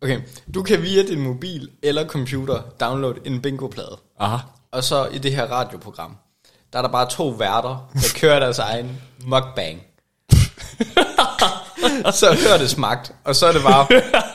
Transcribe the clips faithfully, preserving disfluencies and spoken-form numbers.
Okay, du kan via din mobil eller computer downloade en bingoplade. Aha. Og så i det her radioprogram, der er der bare to værter, der kører deres egen mukbang. Så hør det smagt, og så er det bare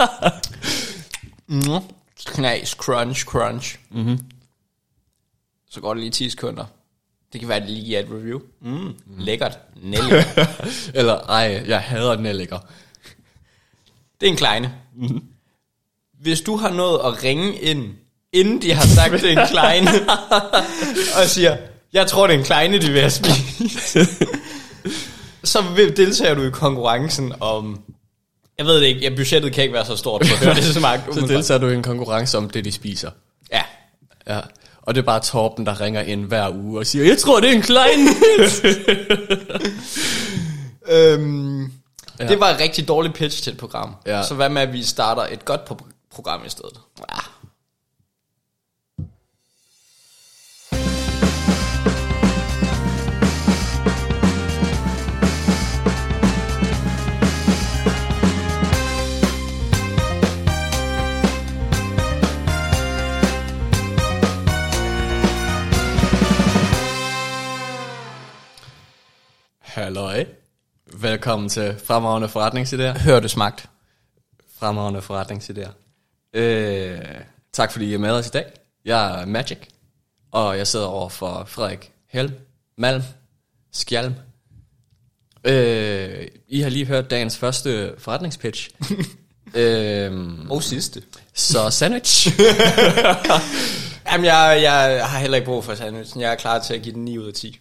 mm, knas, crunch, crunch. Mm-hmm. Så går det lige ti sekunder. Det kan være, at det lige giver et review. Mm, mm. Lækkert. Nelliker. Eller, ej, jeg hader nelliker. Det er en kleine. Mm-hmm. Hvis du har nået at ringe ind, inden de har sagt, det er en kleine, og siger, jeg tror, det er en kleine, de vil have spist, så deltager du i konkurrencen om, jeg ved det ikke, ja, budgettet kan ikke være så stort for at høre det så meget. Så deltager du i en konkurrence om det, de spiser. Ja. Ja. Og det er bare Torben, der ringer ind hver uge og siger, jeg tror, det er en klein. øhm, ja. Det var et rigtig dårligt pitch til et program. Ja. Så hvad med, at vi starter et godt pro- program i stedet? Ja. Halløj. Velkommen til Fremragende Forretningsidéer. Hør det smagt. Fremragende Forretningsidéer. Øh, tak fordi I er med os i dag. Jeg er Magic, og jeg sidder over for Frederik Helm, Malm, Skjalm. Øh, I har lige hørt dagens første forretningspitch. øh, Og sidste. Så sandwich. Jamen, jeg, jeg har heller ikke brug for sandwichen. Jeg er klar til at give den ni ud af ti.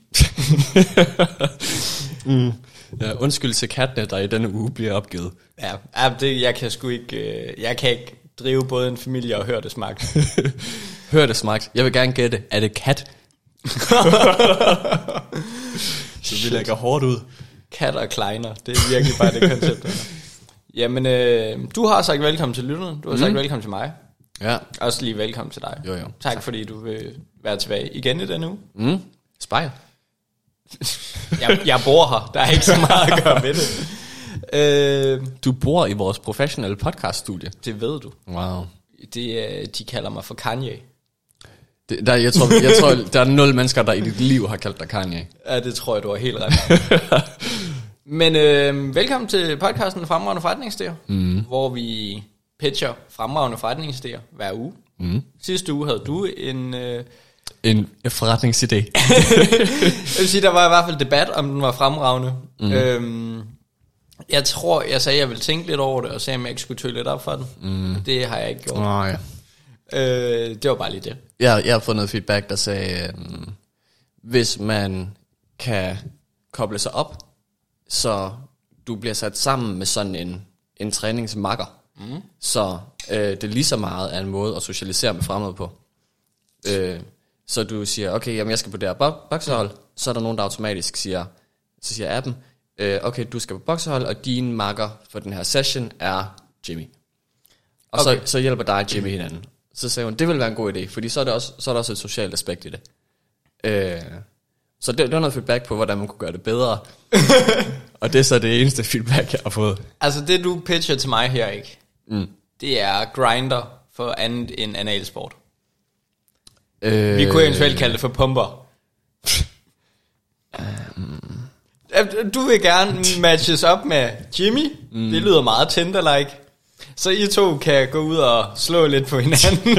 mm. Ja, undskyld til kattene, der i denne uge bliver opgivet. Ja, ja det, jeg kan sgu ikke, øh, jeg kan ikke drive både en familie og høre det smagt. Hør det smagt. Jeg vil gerne gætte, er det kat? Så vi lægger hårdt ud. Kat og kleiner, det er virkelig bare det koncept. Jamen, øh, du har sagt velkommen til lytterne. Du har sagt mm. velkommen til mig. Ja. Også lige velkommen til dig. Jo, jo. Tak, tak fordi du vil være tilbage igen i denne uge. Mm. Spejl. jeg, jeg bor her. Der er ikke så meget at gøre ved det. Øh, du bor i vores professionelle podcaststudie. Det ved du. Wow. Det, de kalder mig for Kanye. Det, der, jeg, tror, jeg tror, der er nul mennesker, der i dit liv har kaldt dig Kanye. Ja, det tror jeg, du har helt ret. Men øh, velkommen til podcasten Fremragende Forretningsidéer, mm. hvor vi pitcher fremragende forretningsidéer hver uge. Mm. Sidste uge havde du en... Øh, en forretningsidé. Jeg vil sige, der var i hvert fald debat, om den var fremragende. Mm. Øhm, jeg tror, jeg sagde, at jeg ville tænke lidt over det, og se, om jeg ikke skulle tølle lidt op for den. Mm. Det har jeg ikke gjort. Oh, ja. øh, det var bare lige det. Jeg, jeg har fået noget feedback, der sagde, øh, hvis man kan koble sig op, så du bliver sat sammen med sådan en, en træningsmakker, mm. så øh, det er lige så meget af en måde at socialisere med fremmede på. Øh, så du siger, okay, jamen jeg skal på det her bo- boksehold, så er der nogen, der automatisk siger, så siger appen, øh, okay, du skal på boksehold, og din makker for den her session er Jimmy. Og okay. så, så hjælper dig og Jimmy hinanden. Så sagde hun, det vil være en god idé, fordi så er, det også, så er der også et socialt aspekt i det. Øh, så det, det var noget feedback på, hvordan man kunne gøre det bedre. Og det er så det eneste feedback, jeg har fået. Altså det, du pitcher til mig her, ikke? Mm. Det er grinder for andet end analsport. Øh, Vi kunne eventuelt kalde det for pumper. um. Du vil gerne matches op med Jimmy. Mm. Det lyder meget Tinder-like. Så I to kan gå ud og slå lidt på hinanden.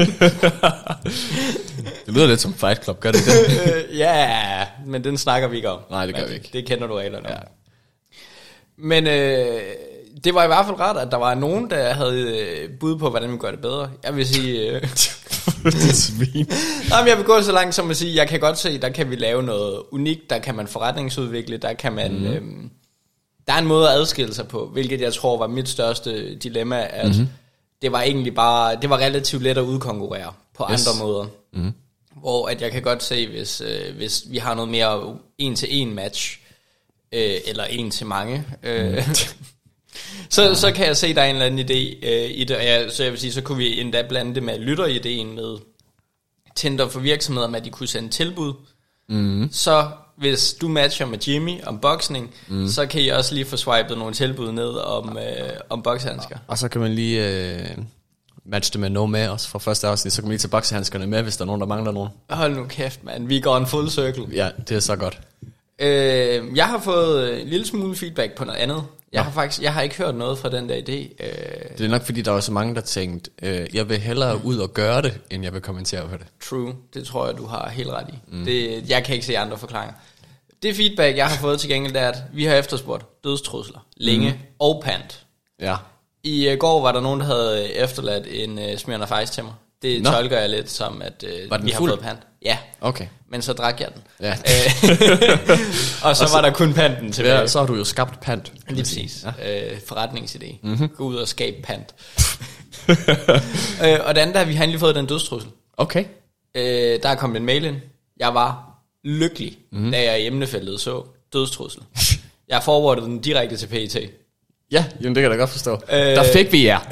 Det lyder lidt som Fight Club, gør det det? Ja, men den snakker vi ikke om. Nej, det gør vi ikke. Det kender du reglerne om. Ja. Men øh, det var i hvert fald ret, at der var nogen, der havde bud på, hvordan vi gør det bedre. Jeg vil sige... Øh, det er svin. Nej, men jeg vil gå så langt som at sige, jeg kan godt se, der kan vi lave noget unikt, der kan man forretningsudvikle, der kan man... Mm. Øhm, der er en måde at adskille sig på, hvilket jeg tror var mit største dilemma, at mm-hmm. det var egentlig bare... Det var relativt let at udkonkurrere på yes. andre måder. Mm. Hvor at jeg kan godt se, hvis, øh, hvis vi har noget mere en-til-en match, øh, eller en-til-mange... Øh, mm. Så, så kan jeg se, der er en eller anden idé øh, i det, ja, så jeg vil sige, så kunne vi endda blande det med lytterideen med Tinder for virksomheder, med at de kunne sende tilbud. Mm. Så hvis du matcher med Jimmy om boksning, mm. så kan I også lige få swipet nogle tilbud ned om, øh, om bokshandsker. Og så kan man lige, øh, matche det med no med også fra første afsnit, så kan man lige tage boksehandskerne med, hvis der er nogen, der mangler nogen. Hold nu kæft, mand. Vi går en full circle. Ja, det er så godt. Øh, jeg har fået en lille smule feedback på noget andet. Jeg ja. har faktisk, jeg har ikke hørt noget fra den der idé. Øh, det er nok fordi, der var så mange, der tænkte, øh, jeg vil hellere ud og gøre det, end jeg vil kommentere på det. True, det tror jeg, du har helt ret i. Mm. Det, jeg kan ikke se andre forklaringer. Det feedback, jeg har fået til gengæld, det er, at vi har efterspurgt dødstrusler, længe mm. og pant. Ja. I uh, går var der nogen, der havde efterladt en uh, Smirnoff Ice til mig. Det Nå. tolker jeg lidt som, at uh, vi har fået pant. Ja, okay. Men så drak jeg den. Ja. Og så, og så var der kun panten tilbage. Ja, så har du jo skabt pant. Lige præcis. Ja. Uh, forretningsidé. Mm-hmm. Gå ud og skabe pant. uh, og det andet er, vi har endelig fået den dødstrussel. Okay. Uh, der er kommet en mail ind. Jeg var lykkelig, mm-hmm. da jeg i emnefeltet så dødstrussel. Jeg forwardede den direkte til P E T. Ja, jamen det kan jeg da godt forstå. Øh, der fik vi jer.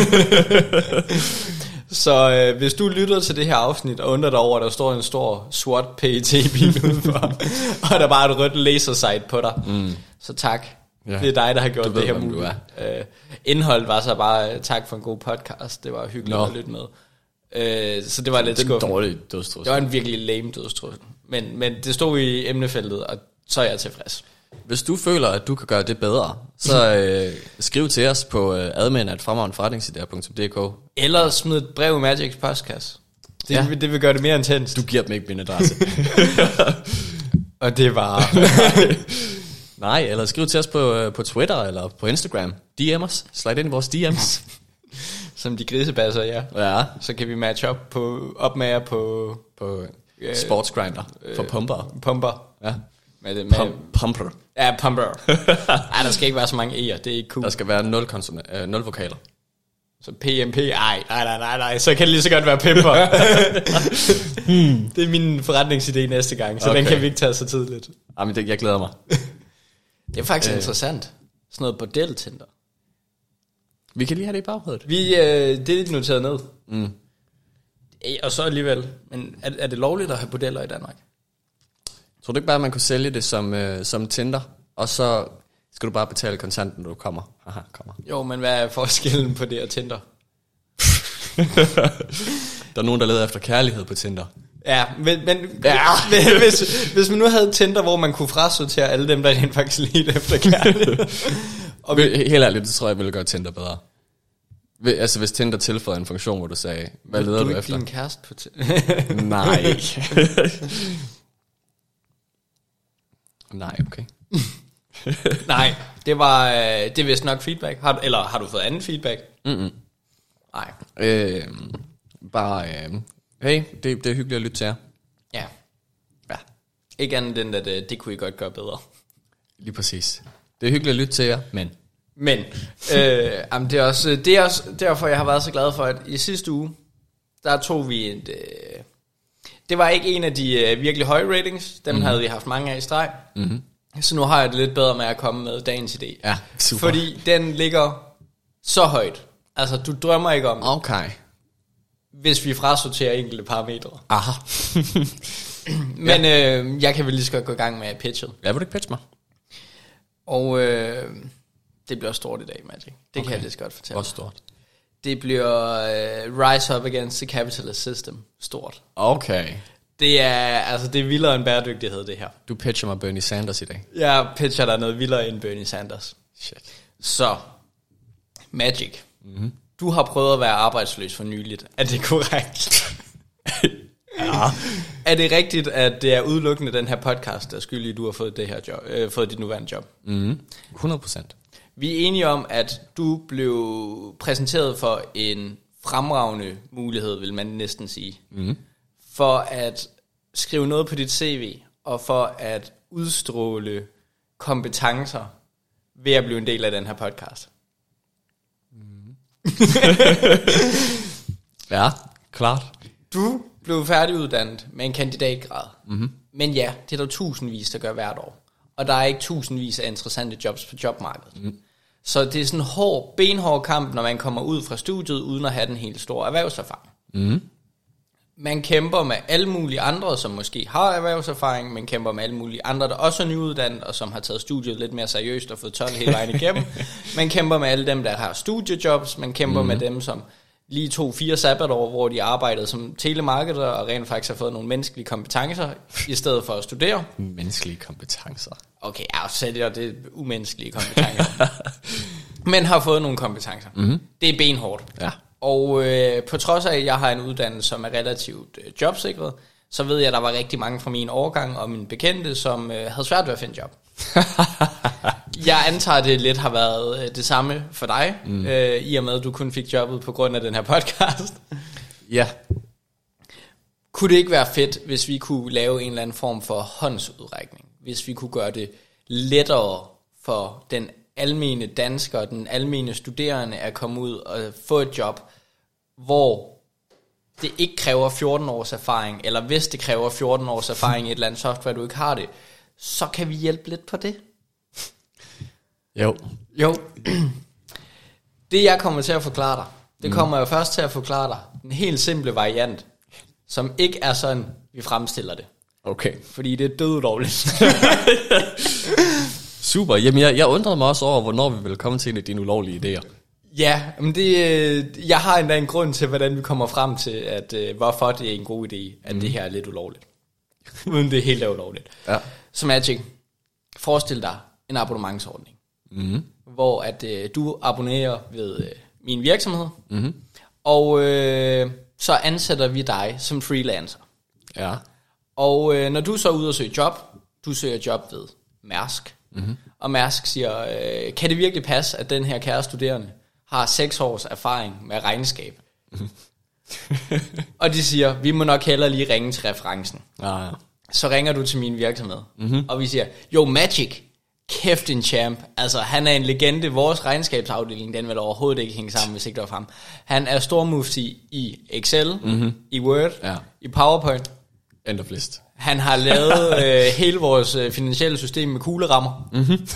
Så øh, hvis du lytter til det her afsnit og undrer dig over, at der står en stor sort P E T-bil udenfor, og der bare er et rødt lasersite på dig, mm. så tak. Ja. Det er dig, der har gjort du det ved, her muligt. Øh, indholdet var så bare tak for en god podcast. Det var hyggeligt Nå. at lytte med. Øh, så det var lidt skuffende. Det var en dårlig dødstrussel. Det var en virkelig lame dødstrussel. Men, men det stod i emnefeltet, og så er jeg tilfreds. Hvis du føler, at du kan gøre det bedre, så øh, skriv til os på øh, admin at fremragende punktum d k. Eller smid et brev i Magics postkasse. Det, ja. det vil gøre det mere intenst. Du giver dem ikke min adresse. Og det var... Nej, eller skriv til os på, øh, på Twitter eller på Instagram. D M os. Slide ind i vores D Ms. Som de grisebasser, ja. Ja. Så kan vi matche op, på, op med jer på... på øh, sportsgrinder. Øh, for pumper. Pumper. Ja. Med det, med, Pum, pumper. Ja, pumper. Ej, der skal ikke være så mange e'er, det er ikke cool. Der skal være nul, konsona- øh, nul vokaler. Så P M P, ej, nej, nej, nej, nej, så kan det lige så godt være pimper. hmm. Det er min forretningsidé næste gang, så okay. Den kan vi ikke tage så tidligt. Jamen, det, jeg glæder mig. Det er faktisk øh. interessant. Sådan noget bordel-tinder. Vi kan lige have det i baghovedet. Vi, øh, det er lidt noteret ned. Mm. Og så alligevel, men er, er det lovligt at have bordeller i Danmark? Tror du ikke bare, at man kunne sælge det som, øh, som Tinder, og så skal du bare betale kontant, når du kommer? Aha, kommer. Jo, men hvad er forskellen på det og Tinder? Der er nogen, der leder efter kærlighed på Tinder. Ja, men, men ja. hvis, hvis man nu havde Tinder, hvor man kunne frasortere alle dem, der faktisk ledte efter kærlighed. Og vi, helt ærligt, det tror jeg ville gøre Tinder bedre. Altså hvis Tinder tilføjede en funktion, hvor du sagde, hvad leder du, du efter? Du din kæreste på Tinder? Nej. Nej, okay. Nej, det var det er vist nok feedback. Har, eller har du fået anden feedback? Mm-mm. Nej. Øh, bare, øh, hey, det, det er hyggeligt at lytte til jer. Ja. Ja. Ikke andet end, at det, det kunne I godt gøre bedre. Lige præcis. Det er hyggeligt at lytte til jer, men... Men, øh, jamen det, er også, det er også derfor, jeg har været så glad for, at i sidste uge, der tog vi et... Øh, det var ikke en af de øh, virkelig høje ratings. Dem mm-hmm. havde vi haft mange af i streg. Mm-hmm. Så nu har jeg det lidt bedre med at komme med dagens idé. Ja, super. Fordi den ligger så højt. Altså, du drømmer ikke om det. Okay. Hvis vi frasorterer enkelte parametre. Aha. Men ja. øh, jeg kan vel lige så godt gå i gang med pitchet. Ja, vil du ikke pitche mig? Og øh, det bliver stort i dag, Magic. Det okay. kan jeg lige så godt fortælle. Hvor stort? Det bliver øh, Rise Up Against the Capitalist System. Stort. Okay. Det er, altså, det er vildere end bæredygtighed, det her. Du pitcher mig Bernie Sanders i dag. Jeg pitcher dig noget vildere end Bernie Sanders. Shit. Så, Magic. Mm-hmm. Du har prøvet at være arbejdsløs for nyligt. Er det korrekt? Ja. Er det rigtigt, at det er udelukkende den her podcast, der skyldig, at du har fået, det her job, øh, fået dit nuværende job? Mm-hmm. hundrede procent. Vi er enige om, at du blev præsenteret for en fremragende mulighed, vil man næsten sige. Mm-hmm. For at skrive noget på dit C V, og for at udstråle kompetencer ved at blive en del af den her podcast. Mm. Ja, klart. Du blev færdiguddannet med en kandidatgrad. Mm-hmm. Men ja, det er der tusindvis, der gør hvert år. Og der er ikke tusindvis af interessante jobs på jobmarkedet. Mm. Så det er sådan en hård, benhård kamp, når man kommer ud fra studiet, uden at have den helt store erhvervserfaring. Mm. Man kæmper med alle mulige andre, som måske har erhvervserfaring. Man kæmper med alle mulige andre, der også er nyuddannet, og som har taget studiet lidt mere seriøst og fået tolv hele vejen igennem. Man kæmper med alle dem, der har studiejobs. Man kæmper mm. med dem, som lige to fire sabbatår, hvor de arbejdede som telemarketer og rent faktisk har fået nogle menneskelige kompetencer, i stedet for at studere. Menneskelige kompetencer. Okay, ja, så er det det umenneskelige kompetencer. Men har fået nogle kompetencer. Mm-hmm. Det er benhårdt. Ja. Og øh, på trods af, at jeg har en uddannelse, som er relativt øh, jobsikret, så ved jeg, at der var rigtig mange fra min årgang og mine bekendte, som øh, havde svært ved at finde job. Jeg antager, at det lidt har været øh, det samme for dig, mm. øh, i og med, at du kun fik jobbet på grund af den her podcast. Ja. Kunne det ikke være fedt, hvis vi kunne lave en eller anden form for håndsudrækning? Hvis vi kunne gøre det lettere for den almene dansker, den almene studerende at komme ud og få et job, hvor det ikke kræver fjorten års erfaring, eller hvis det kræver fjorten års erfaring i et eller andet software, du ikke har det, så kan vi hjælpe lidt på det. Jo. Jo. Det jeg kommer til at forklare dig, det kommer jeg først til at forklare dig, en helt simple variant, som ikke er sådan, vi fremstiller det. Okay. Fordi det er dødulovligt. Super. Jamen, jeg, jeg undrede mig også over, hvornår vi ville komme til en af dine ulovlige idéer. Ja, men det, jeg har endda en grund til, hvordan vi kommer frem til, at hvorfor det er en god idé, at mm. det her er lidt ulovligt. Uden det er helt ulovligt. Ja. Så Magic, forestil dig en abonnementsordning, mm. hvor at øh, du abonnerer ved øh, min virksomhed, mm. og øh, så ansætter vi dig som freelancer. Ja. Og øh, når du så er ude og søge job, du søger job ved Mærsk, mm-hmm. og Mærsk siger, øh, kan det virkelig passe, at den her kære studerende har seks års erfaring med regnskab? Mm-hmm. Og de siger, vi må nok hellere lige ringe til referencen. Ja, ja. Så ringer du til min virksomhed, mm-hmm. og vi siger, jo Magic, kæft en champ, altså han er en legende, vores regnskabsafdeling, den vil overhovedet ikke hænge sammen, hvis ikke det var frem. Han er stormufti i Excel, mm-hmm. i Word, ja. i PowerPoint. End of list. Han har lavet øh, hele vores øh, finansielle system med kuglerammer. Mm-hmm.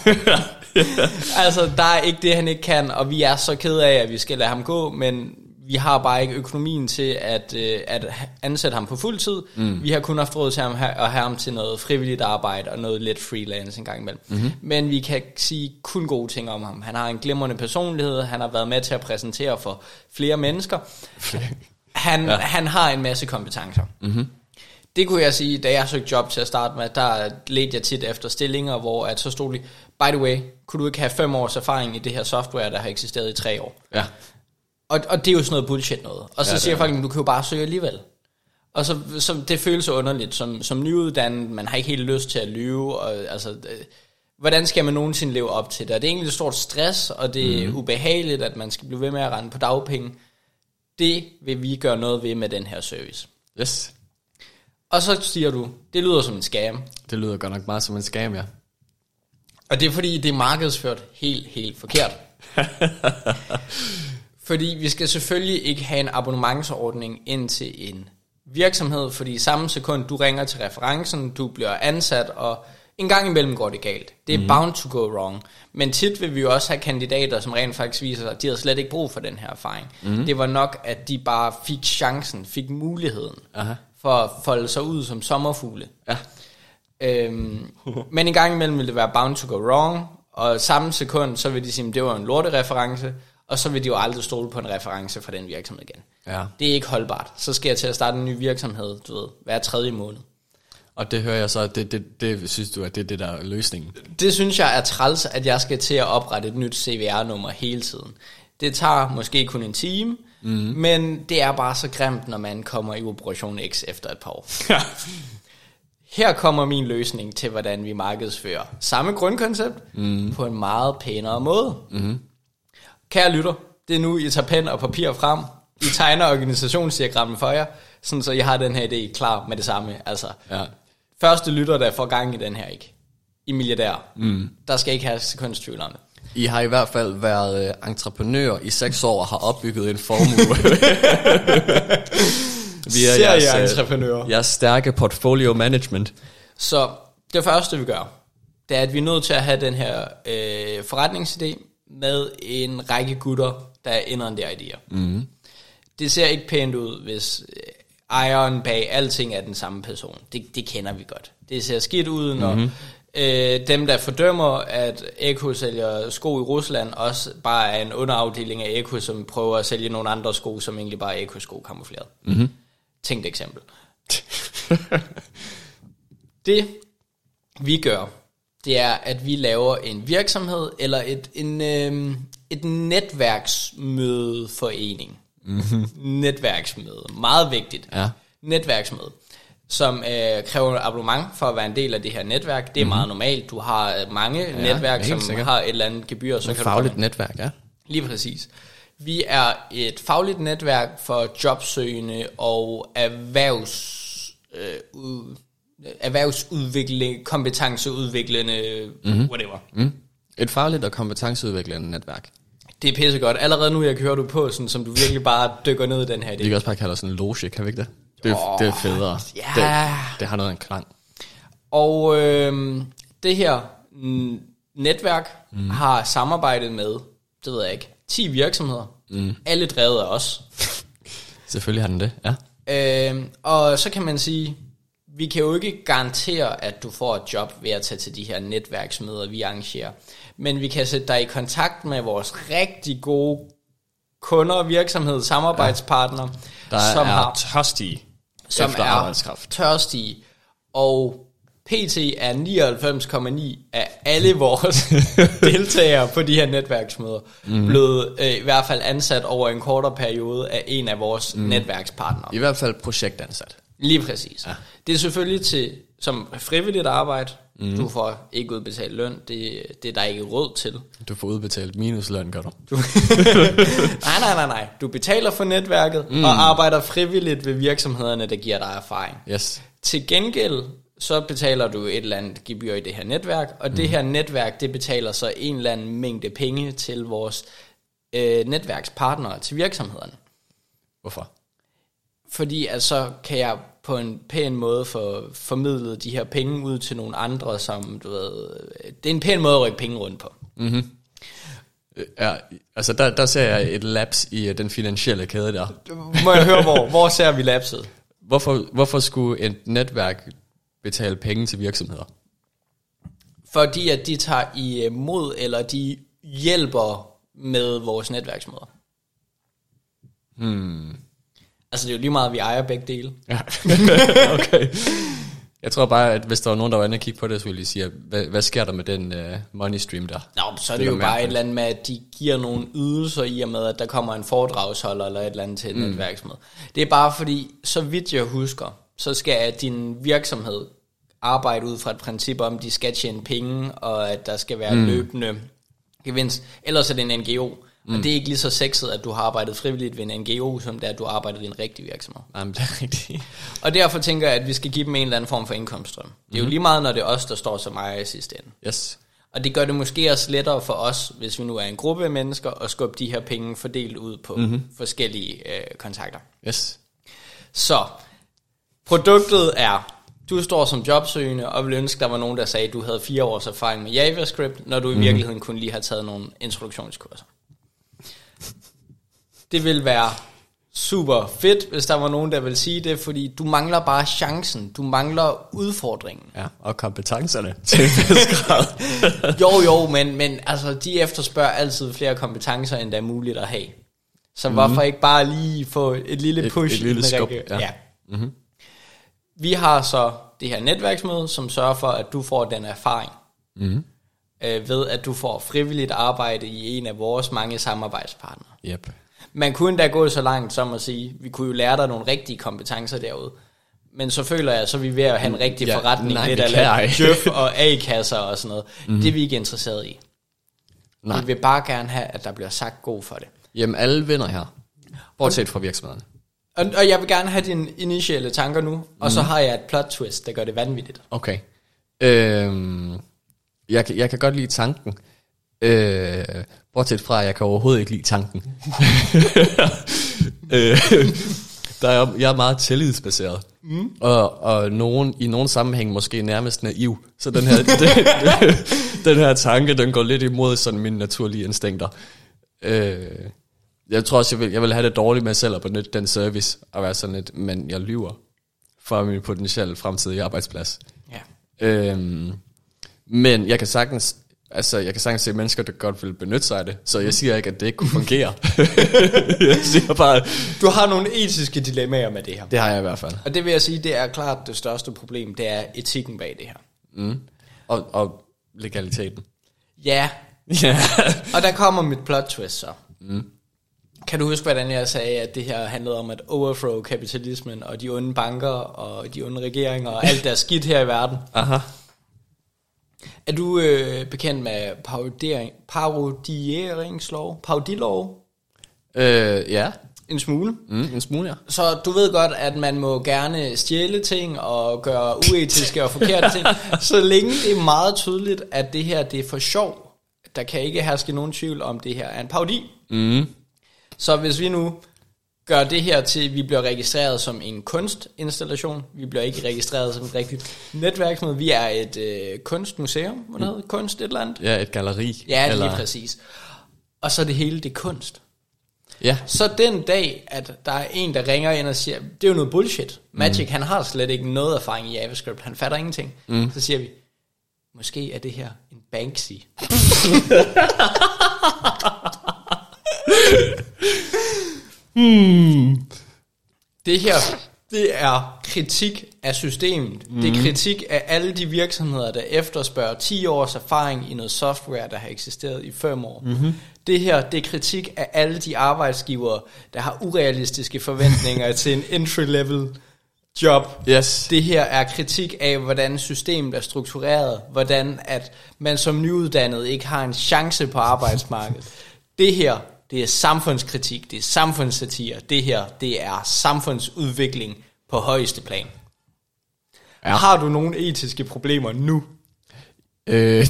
Altså, der er ikke det, han ikke kan, og vi er så ked af, at vi skal lade ham gå, men vi har bare ikke økonomien til at, øh, at ansætte ham på fuld tid. Mm. Vi har kun haft råd til ham, at have ham til noget frivilligt arbejde og noget lidt freelance en gang imellem. Mm-hmm. Men vi kan sige kun gode ting om ham. Han har en glimrende personlighed, han har været med til at præsentere for flere mennesker. Han, ja. han har en masse kompetencer. Mm-hmm. Det kunne jeg sige, da jeg søgte job til at starte med, der ledte jeg tit efter stillinger, hvor at så stod de, by the way, kunne du ikke have fem års erfaring i det her software, der har eksisteret i tre år? Ja. Og, og det er jo sådan noget bullshit noget. Og så ja, siger folk, du kan jo bare søge alligevel. Og så, så det føles så underligt, som, som nyuddannet, man har ikke helt lyst til at lyve, og altså, det, hvordan skal man nogensinde leve op til det? Og det er egentlig et stort stress, og det er mm. ubehageligt, at man skal blive ved med at rende på dagpenge. Det vil vi gøre noget ved med den her service. Yes. Og så siger du, det lyder som en scam. Det lyder godt nok meget som en scam, ja. Og det er fordi, det er markedsført helt, helt forkert. Fordi vi skal selvfølgelig ikke have en abonnementsordning ind til en virksomhed, fordi i samme sekund, du ringer til referencen, du bliver ansat, og en gang imellem går det galt. Det er mm-hmm. bound to go wrong. Men tit vil vi jo også have kandidater, som rent faktisk viser sig, at de havde slet ikke brug for den her erfaring. Mm-hmm. Det var nok, at de bare fik chancen, fik muligheden. Aha. For at folde sig ud som sommerfugle. Ja. Øhm, men en gang imellem vil det være bound to go wrong, og samme sekund, så vil de sige, at det var en lortereference, og så vil de jo aldrig stole på en reference fra den virksomhed igen. Ja. Det er ikke holdbart. Så skal jeg til at starte en ny virksomhed, du ved, hver tredje måned. Og det hører jeg så, det, det, det synes du, at det er det, der er løsningen? Det synes jeg er træls, at jeg skal til at oprette et nyt C V R-nummer hele tiden. Det tager måske kun en time, mm. men det er bare så grimt, når man kommer i Operation X efter et par år. Her kommer min løsning til, hvordan vi markedsfører samme grundkoncept mm. på en meget pænere måde. Mm. Kære lytter, det er nu, I tager pen og papir frem. I tegner organisationsdiagrammet for jer, sådan så I har den her idé klar med det samme. Altså, ja. Første lytter, der får gang i den her, ikke? I milliardær. Mm. Der skal ikke have sekundstyvl om det. I har i hvert fald været entreprenør i seks år og har opbygget en formue. Vi er jeres, entreprenører. Jeres stærke portfolio management. Så det første vi gør, det er at vi er nødt til at have den her øh, forretningsidé med en række gutter, der er inderen der idéer. Mm. Det ser ikke pænt ud, hvis ejeren bag alting er den samme person. Det, det kender vi godt. Det ser skidt ud, når mm-hmm. Øh, dem, der fordømmer, at Eko sælger sko i Rusland, også bare er en underafdeling af Eko, som prøver at sælge nogle andre sko, som egentlig bare er Eko-sko kamufleret. Mm-hmm. Tænkt eksempel. Det, vi gør, det er, at vi laver en virksomhed, eller et, en, øh, et netværksmødeforening. Mm-hmm. Netværksmøde. Meget vigtigt. Ja. Netværksmøde. Som øh, kræver abonnement for at være en del af det her netværk. Det er mm-hmm. meget normalt. Du har mange ja, netværk, som sikkert. har et eller andet gebyr. Så et fagligt netværk, ja. Lige præcis. Vi er et fagligt netværk for jobsøgende og erhvervs, øh, ud, erhvervsudvikling, kompetenceudviklende, mm-hmm. whatever. Mm. Et fagligt og kompetenceudviklende netværk. Det er pissegodt. Allerede nu, jeg kører du på, sådan, som du virkelig bare dykker ned i den her idé. Vi kan også bare kalde det sådan en loge, kan vi ikke det? Det er, oh, det er federe. Ja. Det, det har noget af en klang. Og øh, det her mm, netværk mm. har samarbejdet med, det ved jeg ikke, ti virksomheder. Mm. Alle drevet af os. Selvfølgelig har den det, ja. Øh, og så kan man sige, vi kan jo ikke garantere, at du får et job ved at tage til de her netværksmøder, vi arrangerer. Men vi kan sætte dig i kontakt med vores rigtig gode kunder, virksomhed, samarbejdspartnere, ja. Der som er har, tørstige som efter er arbejdskraft. tørstige. Og P T er nioghalvfems komma ni af alle vores deltagere på de her netværksmøder mm. blevet øh, i hvert fald ansat over en kortere periode af en af vores mm. netværkspartnere. I hvert fald projektansat. Lige præcis. Ja. Det er selvfølgelig til som frivilligt arbejde. Mm. Du får ikke udbetalt løn. Det, det er der ikke råd til. Du får udbetalt minusløn, gør du? du. nej, nej, nej, nej. Du betaler for netværket mm. og arbejder frivilligt ved virksomhederne, der giver dig erfaring. Yes. Til gengæld så betaler du et eller andet gebyr i det her netværk, og mm. det her netværk, det betaler så en eller anden mængde penge til vores øh, netværkspartnere, til virksomhederne. Hvorfor? Fordi altså kan jeg på en pæn måde få formidlet de her penge ud til nogle andre, som du ved, det er en pæn måde at rykke penge rundt på. Mhm. Ja, altså der, der ser jeg et laps i den finansielle kæde der. Må jeg høre, hvor, hvor ser vi lapset? Hvorfor, hvorfor skulle et netværk betale penge til virksomheder? Fordi at de tager imod, eller de hjælper med vores netværksmøder. Hmm. Altså det er jo lige meget, at vi ejer begge dele. Ja, okay. Jeg tror bare, at hvis der var nogen, der var inde og kigge på det, så ville de sige, hvad, hvad sker der med den uh, money stream der? Nå, så er det, det jo bare et eller andet med, at de giver nogle ydelser i og med, at der kommer en foredragsholder eller et eller andet til et mm. netværksmøde. Det er bare fordi, så vidt jeg husker, så skal din virksomhed arbejde ud fra et princip om, at de skal tjene penge, og at der skal være mm. løbende gevinst. Ellers er det en N G O. Mm. Og det er ikke lige så sexet, at du har arbejdet frivilligt ved en N G O, som det er, at du har arbejdet ved en rigtig virksomhed. Jamen, det er rigtigt. Og derfor tænker jeg, at vi skal give dem en eller anden form for indkomststrøm. Det er mm-hmm. jo lige meget, når det er os, der står som ejer i sidste ende. Yes. Og det gør det måske også lettere for os, hvis vi nu er en gruppe af mennesker, at skubbe de her penge fordelt ud på mm-hmm. forskellige øh, kontakter. Yes. Så, produktet er, du står som jobsøgende, og vil ønske, der var nogen, der sagde, at du havde fire års erfaring med JavaScript, når du mm-hmm. i virkeligheden kun lige har taget nogle introduktionskurser. Det vil være super fedt, hvis der var nogen, der vil sige det, fordi du mangler bare chancen, du mangler udfordringen. Ja, og kompetencerne til en vis grad. jo, jo, men, men altså, de efterspørger altid flere kompetencer, end der er muligt at have. Så mm. hvorfor ikke bare lige få et lille push? Et, et lille skub, ja. ja. Mm-hmm. Vi har så det her netværksmøde, som sørger for, at du får den erfaring. Mm. Øh, ved at du får frivilligt arbejde i en af vores mange samarbejdspartnere. Yep. Man kunne da gå så langt som at sige, vi kunne jo lære dig nogle rigtige kompetencer derude. Men så føler jeg, så er vi ved at have en rigtig ja, forretning, nej, lidt af Djøf og A-kasser og sådan noget. Mm-hmm. Det er vi ikke interesseret i. Nej. Vi vil bare gerne have, at der bliver sagt god for det. Jamen alle vinder her, bortset fra virksomheden. Og, og jeg vil gerne have dine initiale tanker nu, og mm. så har jeg et plot twist, der gør det vanvittigt. Okay. Øhm, jeg, kan, jeg kan godt lide tanken. Øh, bortset fra, at jeg kan overhovedet ikke lide tanken. øh, der er, jeg er meget tillidsbaseret. Mm. Og, og nogen, i nogle sammenhæng måske nærmest naiv. Så den her, den, den her tanke, den går lidt imod sådan mine naturlige instinkter. Øh, jeg tror også, jeg vil, jeg vil have det dårligt med selv at benytte den service, og være sådan lidt, men jeg lyver for min potentielle fremtidige arbejdsplads. Ja. Øh, Men jeg kan sagtens, altså jeg kan sagtens se mennesker, der godt vil benytte sig af det. Så jeg siger ikke, at det ikke kunne fungere. Jeg siger bare, Du har nogle etiske dilemmaer med det her. det har jeg i hvert fald. Og det vil jeg sige, det er klart det største problem, det er etikken bag det her. Mm. Og, og legaliteten. Ja, Ja. og der kommer mit plot twist så. Mm. Kan du huske, hvordan jeg sagde, at det her handlede om at overthrow kapitalismen og de onde banker og de onde regeringer og alt der skidt her i verden? Aha. Er du øh, bekendt med parodiering, parodieringslov? Parodilov? Øh, ja. En smule. Mm, en smule, ja. Så du ved godt, at man må gerne stjæle ting og gøre uetiske og forkerte ting, så længe det er meget tydeligt, at det her det er for sjov. Der kan ikke herske nogen tvivl om, det her er en parodi. Mm. Så hvis vi nu gør det her til, at vi bliver registreret som en kunstinstallation, vi bliver ikke registreret som et rigtigt netværksmøde, vi er et øh, kunstmuseum, hvad hedder det? Kunst et eller andet? Ja, et galleri. Ja, lige eller... præcis. Og så det hele, det er kunst. Ja. Så den dag, at der er en, der ringer ind og siger, det er jo noget bullshit. Magic, mm. han har slet ikke noget erfaring i JavaScript, han fatter ingenting. Mm. Så siger vi, måske er det her en Banksy. hmm. Det her, det er kritik af systemet. Mm. Det er kritik af alle de virksomheder, der efterspørger ti års erfaring i noget software, der har eksisteret i fem år. Mm-hmm. Det her, det er kritik af alle de arbejdsgivere, der har urealistiske forventninger til en entry-level job. Yes. Det her er kritik af, hvordan systemet er struktureret, hvordan at man som nyuddannet ikke har en chance på arbejdsmarkedet. Det her, det er samfundskritik, det er samfundssatire. Det her, det er samfundsudvikling på højeste plan. Ja. Har du nogle etiske problemer nu? Øh...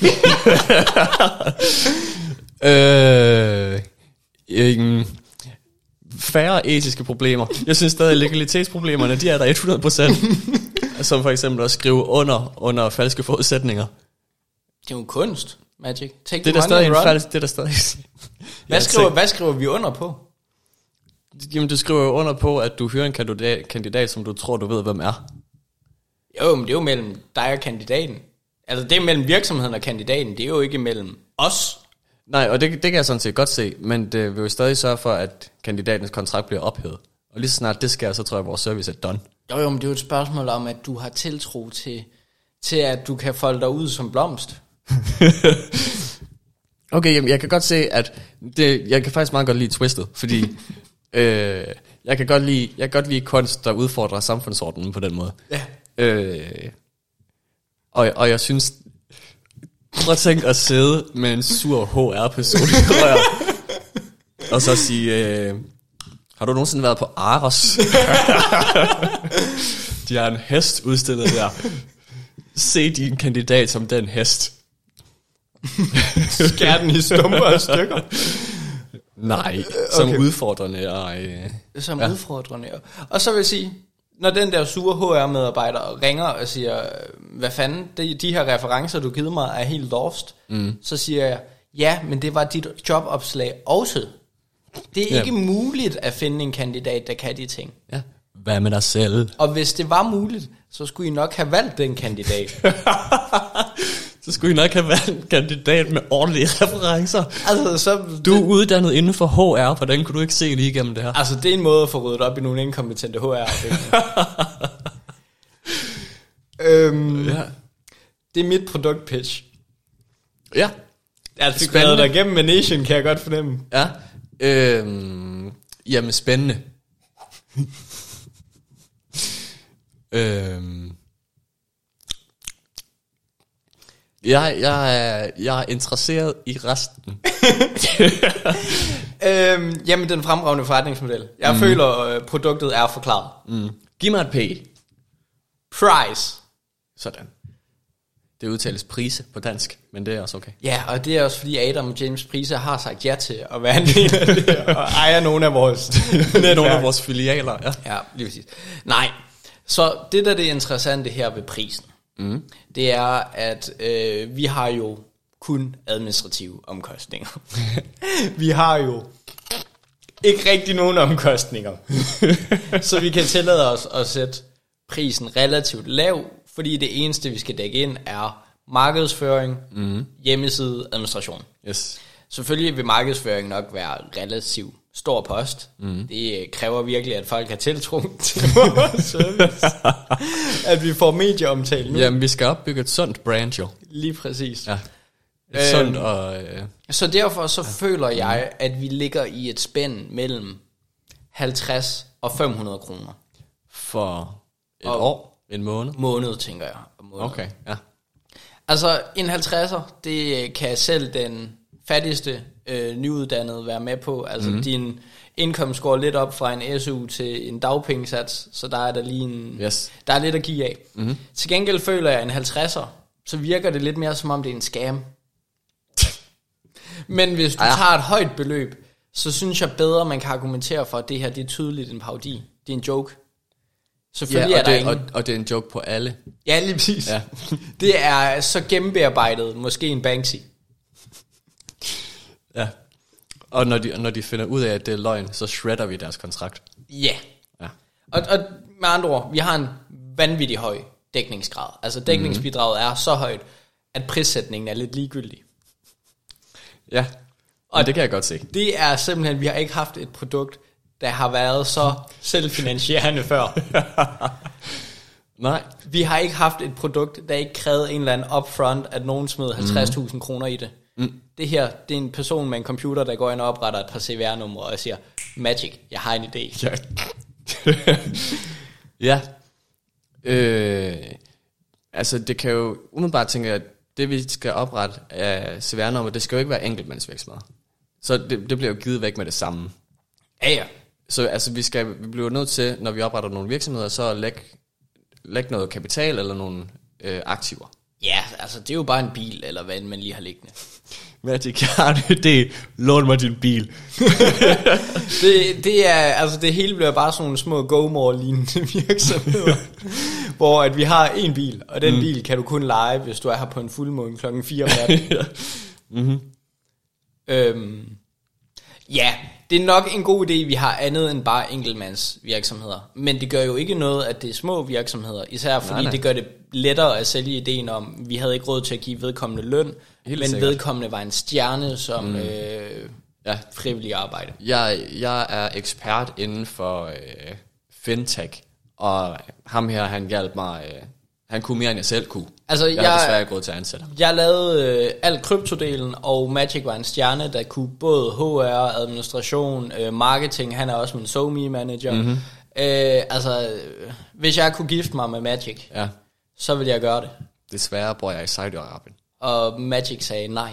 øh... øh... Færre etiske problemer. Jeg synes stadig, at legalitetsproblemerne, de er der hundrede procent. Som for eksempel at skrive under, under falske forudsætninger. Det er jo en kunst, Magic. Take det er der stadig en falsk, det er der stadig. Hvad skriver, hvad skriver vi under på? Jamen, du skriver jo under på, at du hører en kandidat, kandidat, som du tror, du ved, hvem er. Jo, men det er jo mellem dig og kandidaten. Altså, det er mellem virksomheden og kandidaten. Det er jo ikke mellem os. Nej, og det, det kan jeg sådan set godt se, men det vil jo stadig sørge for, at kandidatens kontrakt bliver ophævet. Og lige så snart det sker, så tror jeg, at vores service er done. Jo, jo, men det er jo et spørgsmål om, at du har tiltro til, til at du kan folde dig ud som blomst. Okay, jamen, jeg kan godt se, at det, jeg kan faktisk meget godt lide twistet, fordi øh, jeg kan godt lide, jeg kan godt lide kunst, der udfordrer samfundsordenen på den måde. Ja. Øh, og, og jeg synes, prøv at tænke at sidde med en sur H R-person i rør, og så sige, øh, har du nogensinde været på Aros? De har en hest udstillet der. Se din kandidat som den hest. Skær den i stumper og stykker. Nej, som okay. udfordrende. Og, øh, som ja. udfordrende. Og så vil jeg sige, når den der sure H R-medarbejder ringer og siger, hvad fanden, de, de her referencer, du givet mig, er helt lost, mm. så siger jeg, ja, men det var dit jobopslag også. Det er ja. ikke muligt at finde en kandidat, der kan de ting. Ja. Hvad med dig selv? Og hvis det var muligt, så skulle I nok have valgt den kandidat. Så skulle I nok have valgt en kandidat med ordentlige referencer. Altså, så, du er det, uddannet inden for H R, hvordan kunne du ikke se lige igennem det her? Altså, det er en måde at få ryddet op i nogle inkompetente H R. øhm, ja. Det er mit produktpitch. Ja. Jeg fik været der igennem med Nation, kan jeg godt fornemme. Ja. Øhm, jamen, spændende. øhm. Jeg, jeg, er, jeg er interesseret i resten. øhm, jamen, den fremragende forretningsmodel. Jeg mm. føler, at produktet er forklaret. Mm. Giv mig et P. Price. Sådan. Det udtales Prise på dansk, men det er også okay. Ja, og det er også fordi Adam og James Prise har sagt ja til at være en del af det, og ejer nogle af vores nogle af vores filialer. Ja, ja lige præcis. Nej, så det der det interessante her ved prisen, mm. det er, at øh, vi har jo kun administrative omkostninger. Vi har jo ikke rigtig nogen omkostninger. Så vi kan tillade os at sætte prisen relativt lav, fordi det eneste, vi skal dække ind, er markedsføring, mm. hjemmeside, administration. Yes. Selvfølgelig vil markedsføring nok være relativt stor post. Mm. Det kræver virkelig, at folk har tiltro til vores service. At vi får medieomtale nu. Jamen, vi skal opbygge et sundt brand, jo. Lige præcis. Ja. Et øhm, sundt og... Øh, så derfor så ja. føler jeg, at vi ligger i et spænd mellem halvtreds og fem hundrede kroner. For et og år? En måned? Måned, tænker jeg. Måned. Okay, ja. Altså, en halvtredser, det kan selv den fattigste øh, nyuddannede være med på. Altså, mm-hmm. din indkomst går lidt op fra en S U til en dagpengesats, så der er der lige en... Yes. Der er lidt at give af. Mm-hmm. Til gengæld føler jeg, en halvtredser, så virker det lidt mere som om det er en scam. Men hvis du Ej. tager et højt beløb, så synes jeg bedre, man kan argumentere for, at det her det er tydeligt en parodi. Det er en joke. Selvfølgelig ja, og, er der det, ingen... og, og det er en joke på alle. Ja, lige præcis. Ja. Det er så gennembearbejdet, måske en Banksy. Ja. Og når de, når de finder ud af, at det er løgn, så shredder vi deres kontrakt. Ja. Ja. Og, og med andre ord, vi har en vanvittig høj dækningsgrad. Altså dækningsbidraget mm-hmm. er så højt, at prissætningen er lidt ligegyldig. Ja, og det kan jeg godt se. Det er simpelthen, vi har ikke haft et produkt, der har været så selvfinansierende før. Nej. Vi har ikke haft et produkt, der ikke krævede en eller anden upfront, at nogen smed halvtreds tusind kroner i det. Mm. Det her, det er en person med en computer, der går ind og opretter et par C V R-numre og siger, Magic, jeg har en idé. Ja. ja. Øh, altså, det kan jo umiddelbart tænke, at det vi skal oprette af C V R-nummer, det skal jo ikke være enkeltmandsvirksomheder. Så det, det bliver jo givet væk med det samme. Ja, ja. Så altså, vi, skal, vi bliver nødt til, når vi opretter nogle virksomheder, så at lægge, lægge noget kapital eller nogle øh, aktiver. Ja, altså det er jo bare en bil, eller hvad man lige har liggende. Magic, jeg har en idé. Lån mig din bil. det, det er, altså det hele bliver bare sådan nogle små go-more-lignende virksomheder, hvor at vi har en bil, og den mm. bil kan du kun leje, hvis du er her på en fuldmåne klokken fire om natten. ja. Mm-hmm. øhm, ja, det er nok en god idé, vi har andet end bare enkeltmands virksomheder. Men det gør jo ikke noget, at det er små virksomheder. Især fordi nej, nej. det gør det lettere at sælge ideen om, vi havde ikke råd til at give vedkommende løn, helt men sikkert. Vedkommende var en stjerne som mm. øh, ja. frivillig arbejde. Jeg, jeg er ekspert inden for øh, fintech, og ham her, han hjalp mig... Øh, han kunne mere, end jeg selv kunne. Altså, jeg, jeg har desværre ikke råd til at ansætte ham. Jeg lavede øh, alt kryptodelen, og Magic var en stjerne, der kunne både H R, administration, øh, marketing. Han er også min SoMe-manager. Mm-hmm. Øh, altså, øh, hvis jeg kunne gifte mig med Magic, ja. så ville jeg gøre det. Desværre bor jeg i Saudi-Arabien. Og Magic sagde nej.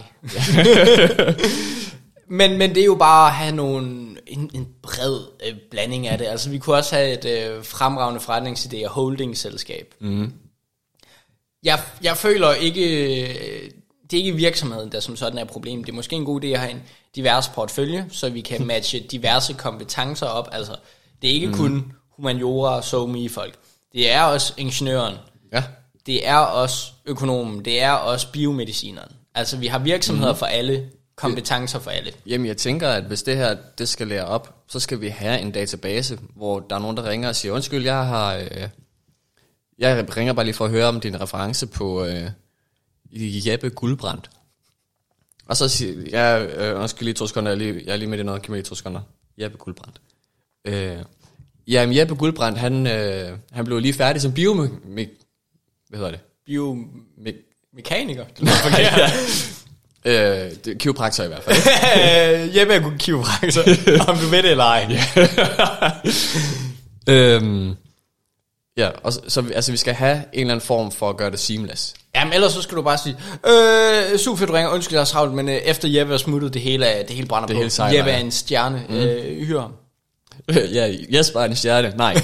men, men det er jo bare at have nogle, en, en bred øh, blanding af det. Altså, vi kunne også have et øh, fremragende forretningsidé og holdingselskab. Mm-hmm. Jeg, jeg føler ikke, det er ikke virksomheden, der som sådan er et problem. Det er måske en god idé at have en divers portfølje, så vi kan matche diverse kompetencer op. Altså, det er ikke mm. kun humaniora og SoMe-folk. Det er også ingeniøren. Ja. Det er også økonomen. Det er også biomedicineren. Altså, vi har virksomheder mm. for alle, kompetencer for alle. Jamen, jeg tænker, at hvis det her det skal lære op, så skal vi have en database, hvor der er nogen, der ringer og siger, undskyld, jeg har... Øh Jeg ringer bare lige for at høre om din reference på øh, Jeppe Guldbrandt. Og så siger jeg, øh, undskyld lige to sekunder, jeg er lige, jeg er lige med det noget, giv mig lige to sekunder. Jeppe Guldbrandt. Øh, jamen Jeppe Guldbrandt, han, øh, han blev lige færdig som biome... Hvad hedder det? Biomekaniker? ja. øh, det er kiropraktor i hvert fald. Jeppe er kiropraktor, om du ved det eller ej. øhm... Ja, og så, så altså, vi skal have en eller anden form for at gøre det seamless. Jamen ellers så skal du bare sige, øh, super fedt, du ringer, undskyld, jeg er travlt, men øh, efter Jeppe er smuttet, det hele, det hele brænder det på. Hele sejler, Jeppe er en stjerne, mm. øh, hyre ham. ja, Jesper er en stjerne, nej.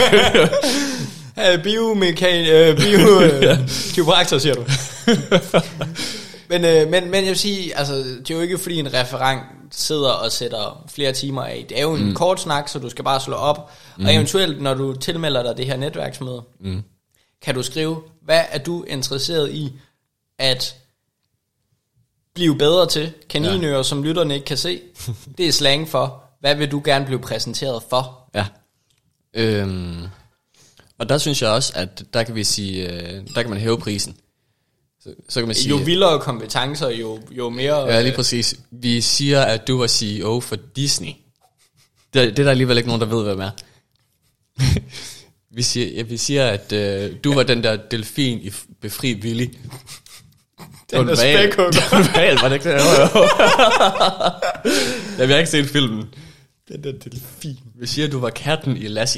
Biomekan, øh, bio, øh, kiropraktor, siger du. men, øh, men, men jeg vil sige, altså, det er jo ikke fordi en referent sidder og sætter flere timer af. Det er jo en mm. kort snak, så du skal bare slå op. Mm. Og eventuelt, når du tilmelder dig det her netværksmøde, mm. kan du skrive, hvad er du interesseret i at blive bedre til? Kaninører, ja. som lytterne ikke kan se. Det er slang for, hvad vil du gerne blive præsenteret for? Ja. Øhm, og der synes jeg også, at der kan vi sige, der kan man hæve prisen. Så, så kan man sige... Jo vildere kompetencer, jo, jo mere... Ja, lige præcis. Vi siger, at du var C E O for Disney. Det, det er der alligevel ikke nogen, der ved, hvem er. vi, siger, ja, vi siger, at øh, du var den der delfin i Befri Willy. Den der spækhugger. Det var en valg, var det ikke det? Jo, jo. Jeg har ikke set filmen. Den der delfin. Vi siger, at du var katten i Lassie.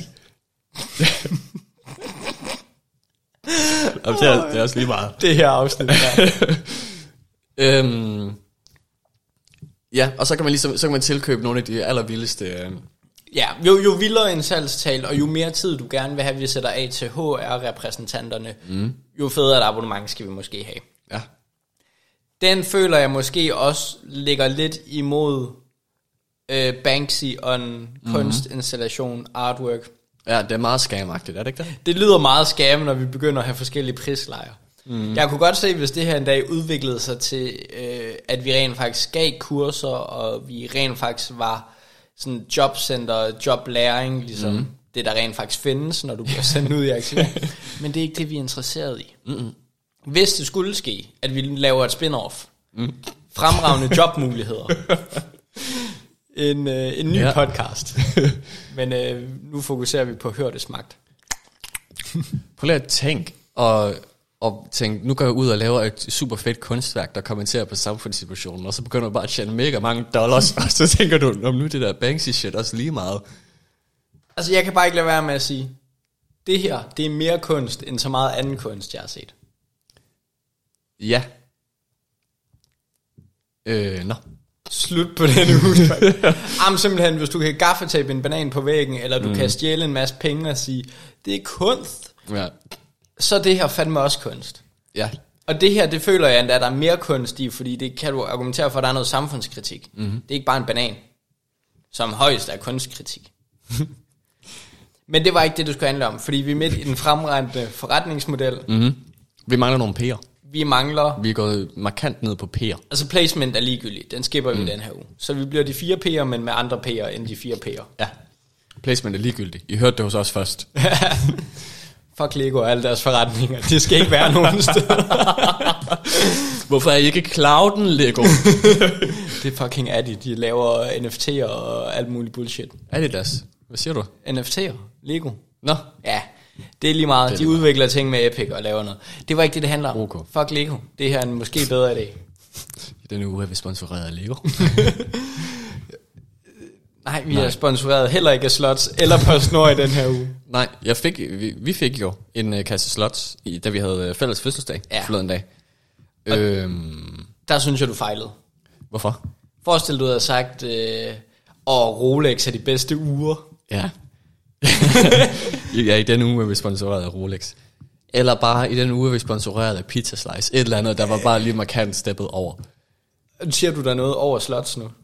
Og det, er, det er også lige meget. Det her afsnit her. øhm, ja, og så kan man ligesom, så kan man tilkøbe nogle af de allervildeste... Øh, Ja, jo, jo vildere en salgstal, og jo mere tid du gerne vil have, vi sætter af til H R-repræsentanterne, mm. jo federe et abonnement skal vi måske have. Ja. Den føler jeg måske også ligger lidt imod øh, Banksy og en mm. kunstinstallation, artwork. Ja, det er meget scamagtigt, er det ikke det? Det lyder meget skam, når vi begynder at have forskellige prislejer. Mm. Jeg kunne godt se, hvis det her en dag udviklede sig til, øh, at vi rent faktisk gav kurser, og vi rent faktisk var sådan jobcenter, joblæring, ligesom mm. det, der rent faktisk findes, når du bliver sendt ud i aktivering. Men det er ikke det, vi er interesseret i. Mm-hmm. Hvis det skulle ske, at vi laver et spin-off, mm. fremragende jobmuligheder, en, øh, en ny ja. podcast. Men øh, nu fokuserer vi på hørdesmagt. Prøv lige at tænke, og, og tænk, nu går jeg ud og laver et super fedt kunstværk, der kommenterer på samfundssituationen, og så begynder du bare at tjene mega mange dollars, og så tænker du, om nu det der Banksy shit også lige meget. Altså, jeg kan bare ikke lade være med at sige, det her, det er mere kunst, end så meget anden kunst, jeg har set. Ja. Øh, nå. Slut på denne uge. Jamen simpelthen, hvis du kan gaffetape en banan på væggen, eller du mm. kan stjæle en masse penge og sige, det er kunst, ja. Så det her fandme også kunst. Ja. Og det her, det føler jeg, at der er mere kunst i, fordi det kan du argumentere for, at der er noget samfundskritik. Mm-hmm. Det er ikke bare en banan, som højst er kunstkritik. Men det var ikke det, du skulle handle om, fordi vi er midt i den fremragende forretningsmodel. Mm-hmm. Vi mangler nogle P'er. Vi mangler... Vi er gået markant ned på P'er. Altså placement er ligegyldigt, den skipper mm. vi den her uge. Så vi bliver de fire P'er, men med andre P'er end de fire P'er. Ja, placement er ligegyldigt. I hørte det hos os først. Fuck Lego og alle deres forretninger. Det skal ikke være nogen steder. Hvorfor er I ikke clouden, Lego? Det er fucking Adi. De laver N F T'er og alt muligt bullshit. Adidas. Hvad siger du? N F T'er? Lego? Nå. Ja, det er lige meget. Er de udvikler meget. Ting med Epic og laver noget. Det var ikke det, det handler om. Okay. Fuck Lego. Det her er en måske bedre idé. I denne uge er vi sponsoreret af Lego. Nej, vi Nej. er sponsoreret heller ikke af slots eller PostNord i den her uge. Nej, jeg fik, vi, vi fik jo en uh, kasse slots, i, da vi havde fælles fødselsdag ja. forleden dag. Øhm, der synes jeg, du fejlede. Hvorfor? Forestil du havde sagt, øh, og Rolex er de bedste uger. Ja. Ja, i den uge er vi sponsoreret af Rolex. Eller bare i den uge er vi sponsoreret af Pizza Slice. Et eller andet, der var bare lige markant steppet over. Siger du der noget over slots nu?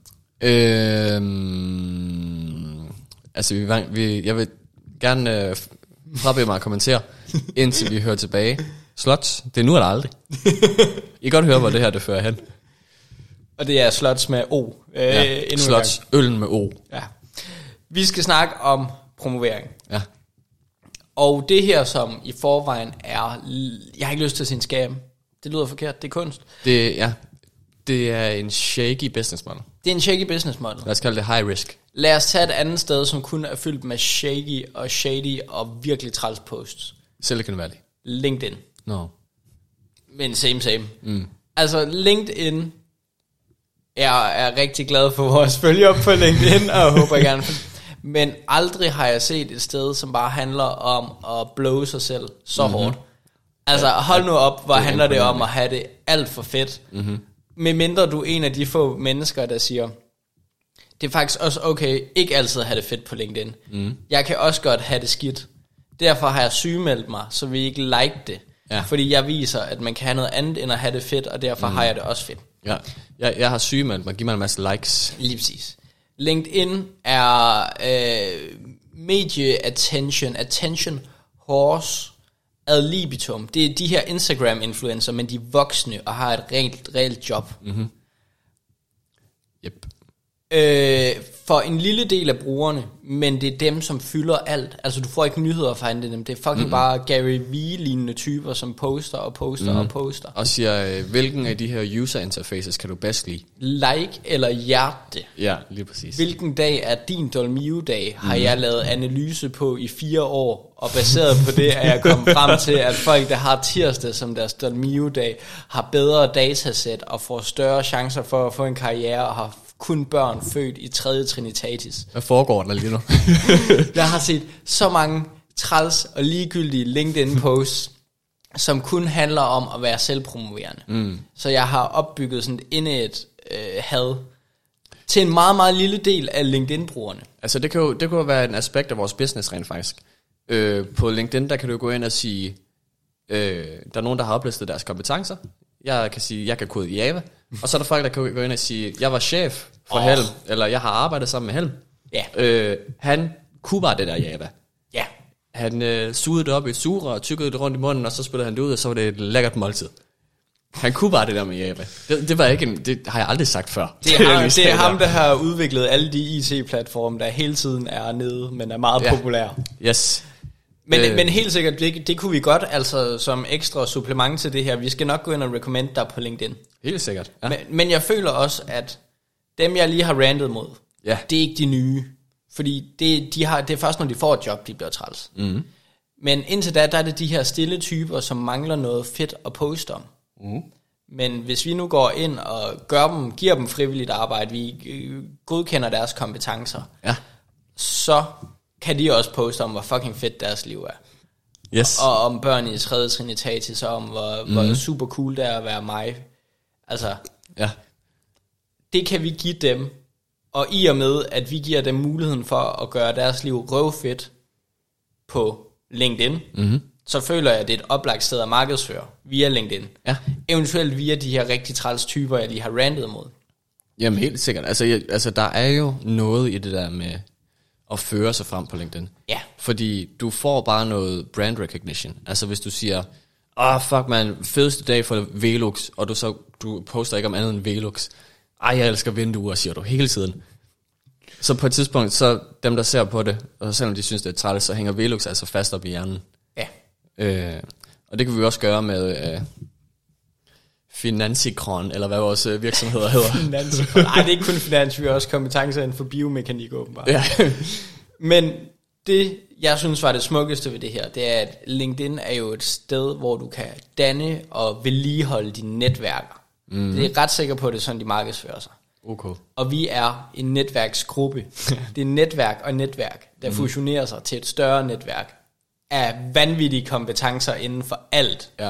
Øhm, altså, vi, vi, jeg vil gerne øh, frabede mig at kommentere, indtil vi hører tilbage. Slots, det er nu eller aldrig. I kan godt høre, hvor det her det fører hen. Og det er slots med O. Øh, ja, slots, øllen med O. Ja. Vi skal snakke om promovering. Ja. Og det her, som i forvejen er... Jeg har ikke lyst til at sige en scam. Det lyder forkert. Det er kunst. Det, ja. Det er en shaky business model. Det er en shaky business model. Lad os kalde det high risk. Lad os tage et andet sted, som kun er fyldt med shaky og shady og virkelig træls posts. Silicon Valley. LinkedIn. No. Men same same. Mm. Altså LinkedIn... Jeg er rigtig glad for vores følgere på LinkedIn, og håber jeg gerne... Men aldrig har jeg set et sted, som bare handler om at blowe sig selv så mm-hmm. hårdt. Altså hold nu op, hvor det handler det om at have det alt for fedt. Mm-hmm. Med mindre du er en af de få mennesker, der siger, det er faktisk også okay, ikke altid at have det fedt på LinkedIn. Mm. Jeg kan også godt have det skidt. Derfor har jeg sygemeldt mig, så vi ikke like det. Ja. Fordi jeg viser, at man kan have noget andet end at have det fedt, og derfor mm. har jeg det også fedt. Ja, jeg, jeg har sygemeldt mig. Giv mig en masse likes. Lige præcis. LinkedIn er øh, medie attention, attention horse ad libitum. Det er de her Instagram-influencer, men de er voksne og har et reelt, reelt job. Mm-hmm. Yep. Øh, for en lille del af brugerne, men det er dem, som fylder alt. Altså, du får ikke nyheder fra dem. Det er fucking mm-hmm. bare Gary V-lignende typer, som poster og poster mm. og poster. Og siger, hvilken af de her user interfaces kan du bedst lide? Like eller hjerte. Ja, lige præcis. Hvilken dag er din Dolmio-dag, har mm. jeg lavet analyse på i fire år, og baseret på det er jeg kommet frem til, at folk, der har tirsdag som deres Dolmio-dag, har bedre datasæt og får større chancer for at få en karriere og har kun børn født i tredje trinitatis. Hvad foregår der lige nu? Jeg har set så mange træls og ligegyldige LinkedIn-posts, som kun handler om at være selvpromoverende. Mm. Så jeg har opbygget sådan et indet øh, had til en meget, meget lille del af LinkedIn-brugerne. Altså det kan jo det kan jo være en aspekt af vores business rent faktisk. Øh, på LinkedIn, der kan du gå ind og sige, øh, der er nogen, der har oplistet deres kompetencer. Jeg kan sige, jeg kan kode i Java. Og så er der folk, der kan gå ind og sige, jeg var chef for oh. Helm, eller jeg har arbejdet sammen med Helm. Ja. Øh, han kunne bare det der Java. Ja. Han øh, sugede det op i et sugerør og tykkede det rundt i munden, og så spillede han det ud, og så var det et lækkert måltid. Han kunne bare det der med Java. Det, det var ikke en, det har jeg aldrig sagt før. Det er, ham, det er ham, der har udviklet alle de I T-platforme, der hele tiden er nede, men er meget ja. populære. Yes. Men, øh. men helt sikkert, det, det kunne vi godt, altså som ekstra supplement til det her. Vi skal nok gå ind og recommend dig på LinkedIn. Helt sikkert, ja. Men, men jeg føler også, at dem, jeg lige har rantet mod, ja. det er ikke de nye. Fordi det, de har, det er først, når de får et job, de bliver træls. Mm. Men indtil da, der er det de her stille typer, som mangler noget fedt at poste om. Mm. Men hvis vi nu går ind og gør dem, giver dem frivilligt arbejde, vi godkender deres kompetencer, ja. så kan de også poste om, hvor fucking fedt deres liv er. Yes. Og om børn i tredje trinitatis, og om hvor, mm. hvor super cool det er at være mig. Altså, ja. det kan vi give dem. Og i og med, at vi giver dem muligheden for at gøre deres liv røvfedt på LinkedIn, mm-hmm. så føler jeg, at det er et oplagt sted at markedsføre via LinkedIn. Ja. Eventuelt via de her rigtig træls typer, jeg lige har rantet mod. Jamen helt sikkert. Altså, jeg, altså der er jo noget i det der med at føre sig frem på LinkedIn. Ja. Fordi du får bare noget brand recognition. Altså hvis du siger, åh oh, fuck man, fedeste dag for Velux, og du så du poster ikke om andet end Velux. Ej, jeg elsker vinduer, siger du hele tiden. Så på et tidspunkt, så dem der ser på det, og selvom de synes det er træt, så hænger Velux altså fast op i hjernen. Ja. Øh, og det kan vi også gøre med øh, Finansikron, eller hvad vores øh, virksomheder hedder. Finansikron. Nej, det er ikke kun finans, vi har også kompetencer inden for biomekanik åbenbart. Ja. Men det, jeg synes var det smukkeste ved det her, det er, at LinkedIn er jo et sted, hvor du kan danne og vedligeholde dine netværker. Mm. Det er ret sikker på, at det er sådan, de markedsfører sig. Okay. Og vi er en netværksgruppe. Det er netværk og netværk, der mm. fusionerer sig til et større netværk af vanvittige kompetencer inden for alt. Ja.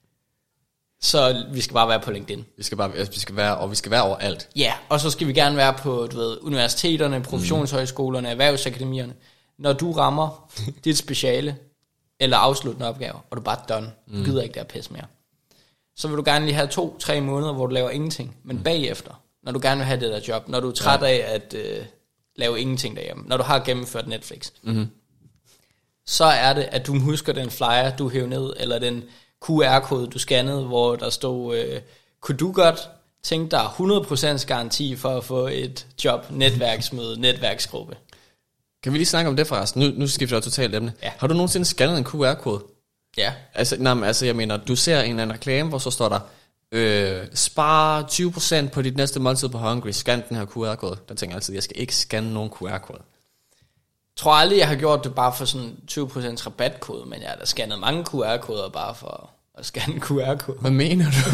Så vi skal bare være på LinkedIn. Vi skal bare, vi skal være, og vi skal være overalt. Ja, og så skal vi gerne være på, du ved, universiteterne, professionshøjskolerne, mm. erhvervsakademierne. Når du rammer dit speciale eller afsluttende opgaver, og du er bare done, du mm. gider ikke der pisse mere, så vil du gerne lige have to, tre måneder, hvor du laver ingenting. Men mm. bagefter, når du gerne vil have det der job, når du er træt ja. af at øh, lave ingenting derhjemme, når du har gennemført Netflix, mm-hmm. så er det, at du husker den flyer, du hævde ned, eller den Q R-kode, du scannede, hvor der stod, øh, kunne du godt tænke dig hundrede procent garanti for at få et job, netværksmøde, netværksgruppe. Kan vi lige snakke om det forresten? Nu, nu skifter jeg totalt emne. Ja. Har du nogensinde scannet en Q R-kode? Ja. Altså, nej, men, altså, jeg mener, du ser en eller anden reklame, hvor så står der, øh, spar tyve procent på dit næste måltid på Hungry, scan den her Q R-kode. Der tænker jeg altid, jeg skal ikke scanne nogen Q R-kode. Jeg tror aldrig, jeg har gjort det bare for sådan tyve procent rabatkode, men jeg har da scannet mange Q R-koder bare for at scanne Q R-kode. Hvad mener du?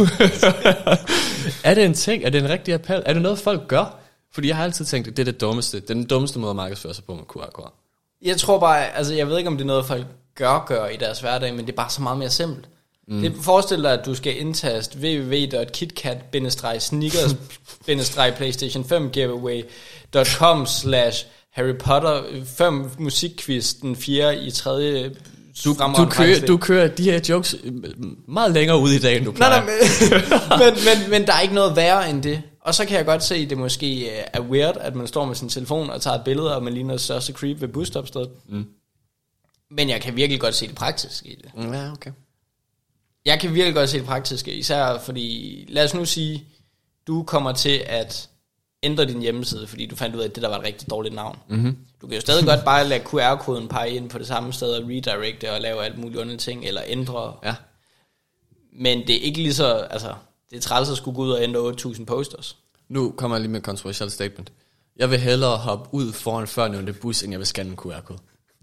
Er det en ting? Er det en rigtig appel? Er det noget, folk gør? Fordi jeg har altid tænkt, at det er det dummeste. Det er den dummeste måde at markedsføre sig på med Q R-koder. Jeg tror bare, altså jeg ved ikke, om det er noget, folk gør, gør i deres hverdag, men det er bare så meget mere simpelt. Mm. Det forestiller dig, at du skal indtaste w w w punktum kitkat bindestreg sneakers bindestreg playstation fem giveaway punktum com slash Harry Potter fem musikquiz den fjerde i tredje. Du, du, kører, du kører de her jokes meget længere ud i dag, end du plejer. Nej, nej, men, men, men, men der er ikke noget værre end det. Og så kan jeg godt se, at det måske er weird, at man står med sin telefon og tager et billede, og man ligner største creep ved busstopstedet. Mm. Men jeg kan virkelig godt se det praktiske i det. Ja, okay. Jeg kan virkelig godt se det praktiske, især fordi, lad os nu sige, du kommer til at ændre din hjemmeside, fordi du fandt ud af, at det der var et rigtig dårligt navn. Mm-hmm. Du kan jo stadig godt bare lade Q R-koden pege ind på det samme sted og redirecte og lave alt muligt underlige ting, eller ændre. Ja. Men det er ikke lige så, altså, det er træls at skulle gå ud og ændre otte tusind posters. Nu kommer jeg lige med et kontroversielt statement. Jeg vil hellere hoppe ud foran førnævnte bus, end jeg vil scanne en Q R-kode.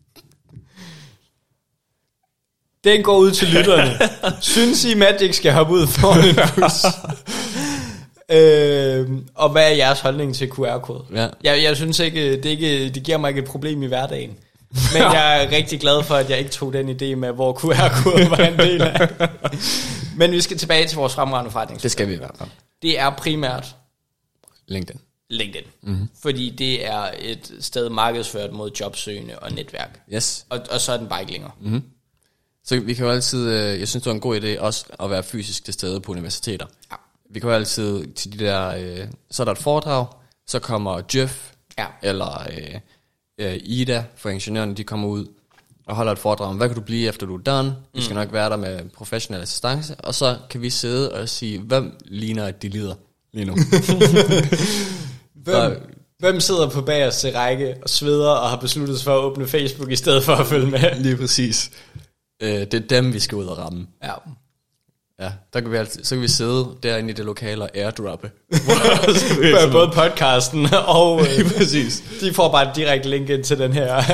Den går ud til lytterne. Synes I, Magic skal hoppe ud foran en bus? øh, og hvad er jeres holdning til Q R-kode? Ja. Jeg, jeg synes ikke det, ikke, det giver mig ikke et problem i hverdagen. Men jeg er rigtig glad for, at jeg ikke tog den idé med, hvor Q R-koden var en del af. Men vi skal tilbage til vores fremragende forretning. Det skal vi i hvert fald. Det er primært LinkedIn. LinkedIn. Mm-hmm. Fordi det er et sted markedsført mod jobsøgende og netværk. Yes. Og, og så er den bare ikke længere. Mm-hmm. Så vi kan jo altid, jeg synes det var en god idé også at være fysisk til stede på universiteter. Ja. Vi kan jo altid til de der, øh, så er der et foredrag, så kommer Jeff, ja. eller øh, øh, Ida for ingeniørerne, de kommer ud og holder et foredrag om, hvad kan du blive efter du er done? Vi skal mm. nok være der med professionel assistance, og så kan vi sidde og sige, hvem ligner at de lider lige nu? hvem, og, hvem sidder på bagerste række og sveder og har besluttet sig for at åbne Facebook i stedet for at følge med? Lige præcis. Det er dem, vi skal ud og ramme. Ja. Ja, der kan vi altid, så kan vi sidde derinde i det lokale og airdroppe. Både podcasten og øh, præcis. De får bare et direkte link ind til den her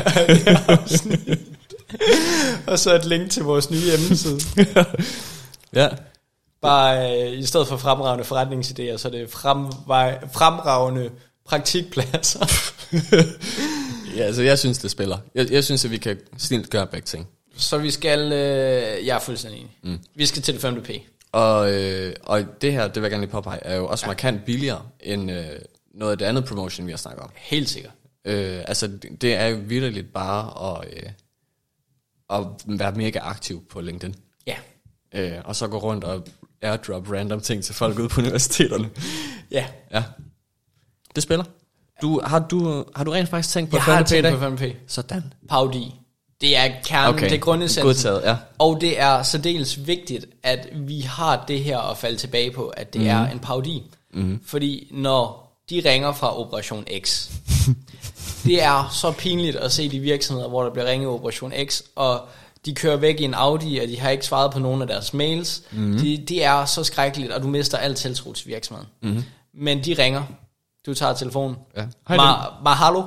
og så et link til vores nye hjemmeside. Ja. Bare øh, i stedet for fremragende forretningsidéer, så er det fremvej, fremragende praktikpladser. Ja, altså jeg synes det spiller. Jeg, jeg synes at vi kan snilt gøre begge ting. Så vi skal, øh, jeg er fuldstændig enig. Mm. Vi skal til det femte P. Og, øh, og det her, det vil jeg gerne lige påpege, er jo også ja. markant billigere end øh, noget af det andet promotion, vi har snakket om. Helt sikkert. Øh, altså det er jo virkelig bare at, øh, at være mega aktiv på LinkedIn. Ja. Øh, og så gå rundt og airdrop random ting til folk ude på universiteterne. Ja. Ja. Det spiller. Du, har, du, har du rent faktisk tænkt på femte P? Jeg har tænkt på femte P. Sådan. Paudi. Det er kernen, okay. Det er grundessensen. Godtaget, ja. Og det er særdeles vigtigt, at vi har det her at falde tilbage på, at det mm. er en paudi. Mm. Fordi når de ringer fra Operation X, det er så pinligt at se de virksomheder, hvor der bliver ringet Operation X, og de kører væk i en Audi, og de har ikke svaret på nogen af deres mails. Mm. Det de er så skrækkeligt, og du mister alt tiltro til virksomheden. Mm. Men de ringer. Du tager telefonen. Ja. Ma- Ma hallo?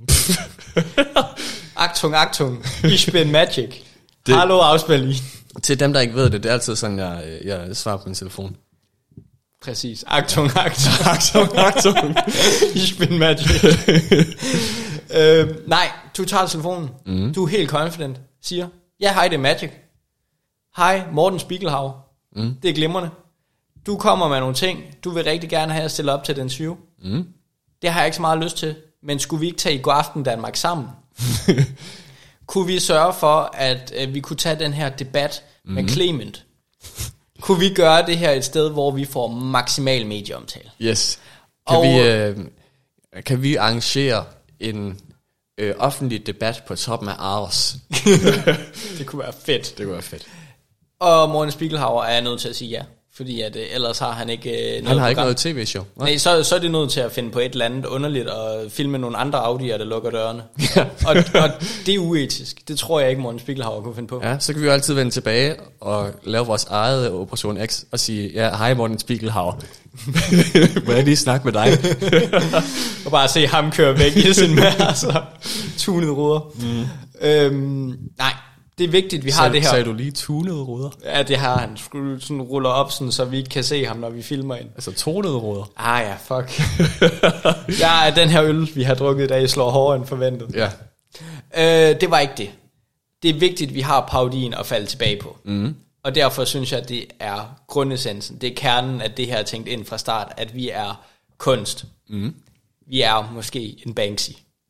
Achtung, Achtung, ich bin Magic. Det, hallo, afspil. Til dem, der ikke ved det, det er altid sådan, jeg, jeg svarer på min telefon. Præcis. Achtung, Achtung, Achtung, Achtung, ich bin Magic. øh, nej, du tager telefonen. Mm. Du er helt confident. Siger, ja, hej, det er Magic. Hej, Morten Spiegelhauer. Mm. Det er glimrende. Du kommer med nogle ting, du vil rigtig gerne have at stille op til den syv. Mm. Det har jeg ikke så meget lyst til. Men skulle vi ikke tage i God Aften Danmark sammen? Kunne vi sørge for, at øh, vi kunne tage den her debat mm. med Clement? Kunne vi gøre det her et sted, hvor vi får maksimal medieomtale? Yes. Kan, og, vi, øh, kan vi arrangere en øh, offentlig debat på toppen af Aros? Det kunne være fedt. Det kunne være fedt. Og Morten Spiegelhauer er nødt til at sige ja. Fordi at, øh, ellers har han ikke øh, noget Han har program. ikke noget tv-show. Nej, Nej så, så er det nødt til at finde på et eller andet underligt og filme nogle andre Audi'er, der lukker dørene. Ja. og, og det er uetisk. Det tror jeg ikke, Morten Spiegelhauer kunne finde på. Ja, så kan vi jo altid vende tilbage og lave vores eget Operation X og sige, ja, hej Morten Spiegelhauer. Må jeg lige snakke med dig? og bare se ham køre væk i sin altså, tunede ruder. Mm. Øhm, nej. Det er vigtigt, vi har Sag, det her. Sagde du lige tunede ruder? Ja, det har han. Sådan ruller op, sådan, så vi ikke kan se ham, når vi filmer ind. Altså tonede ruder? Ah ja, fuck. ja, den her øl, vi har drukket i dag, slår hårdere end forventet. Ja. Øh, det var ikke det. Det er vigtigt, vi har parodien at falde tilbage på. Mm. Og derfor synes jeg, at det er grundessensen. Det er kernen, at det her er tænkt ind fra start, at vi er kunst. Mm. Vi er måske en Banksy.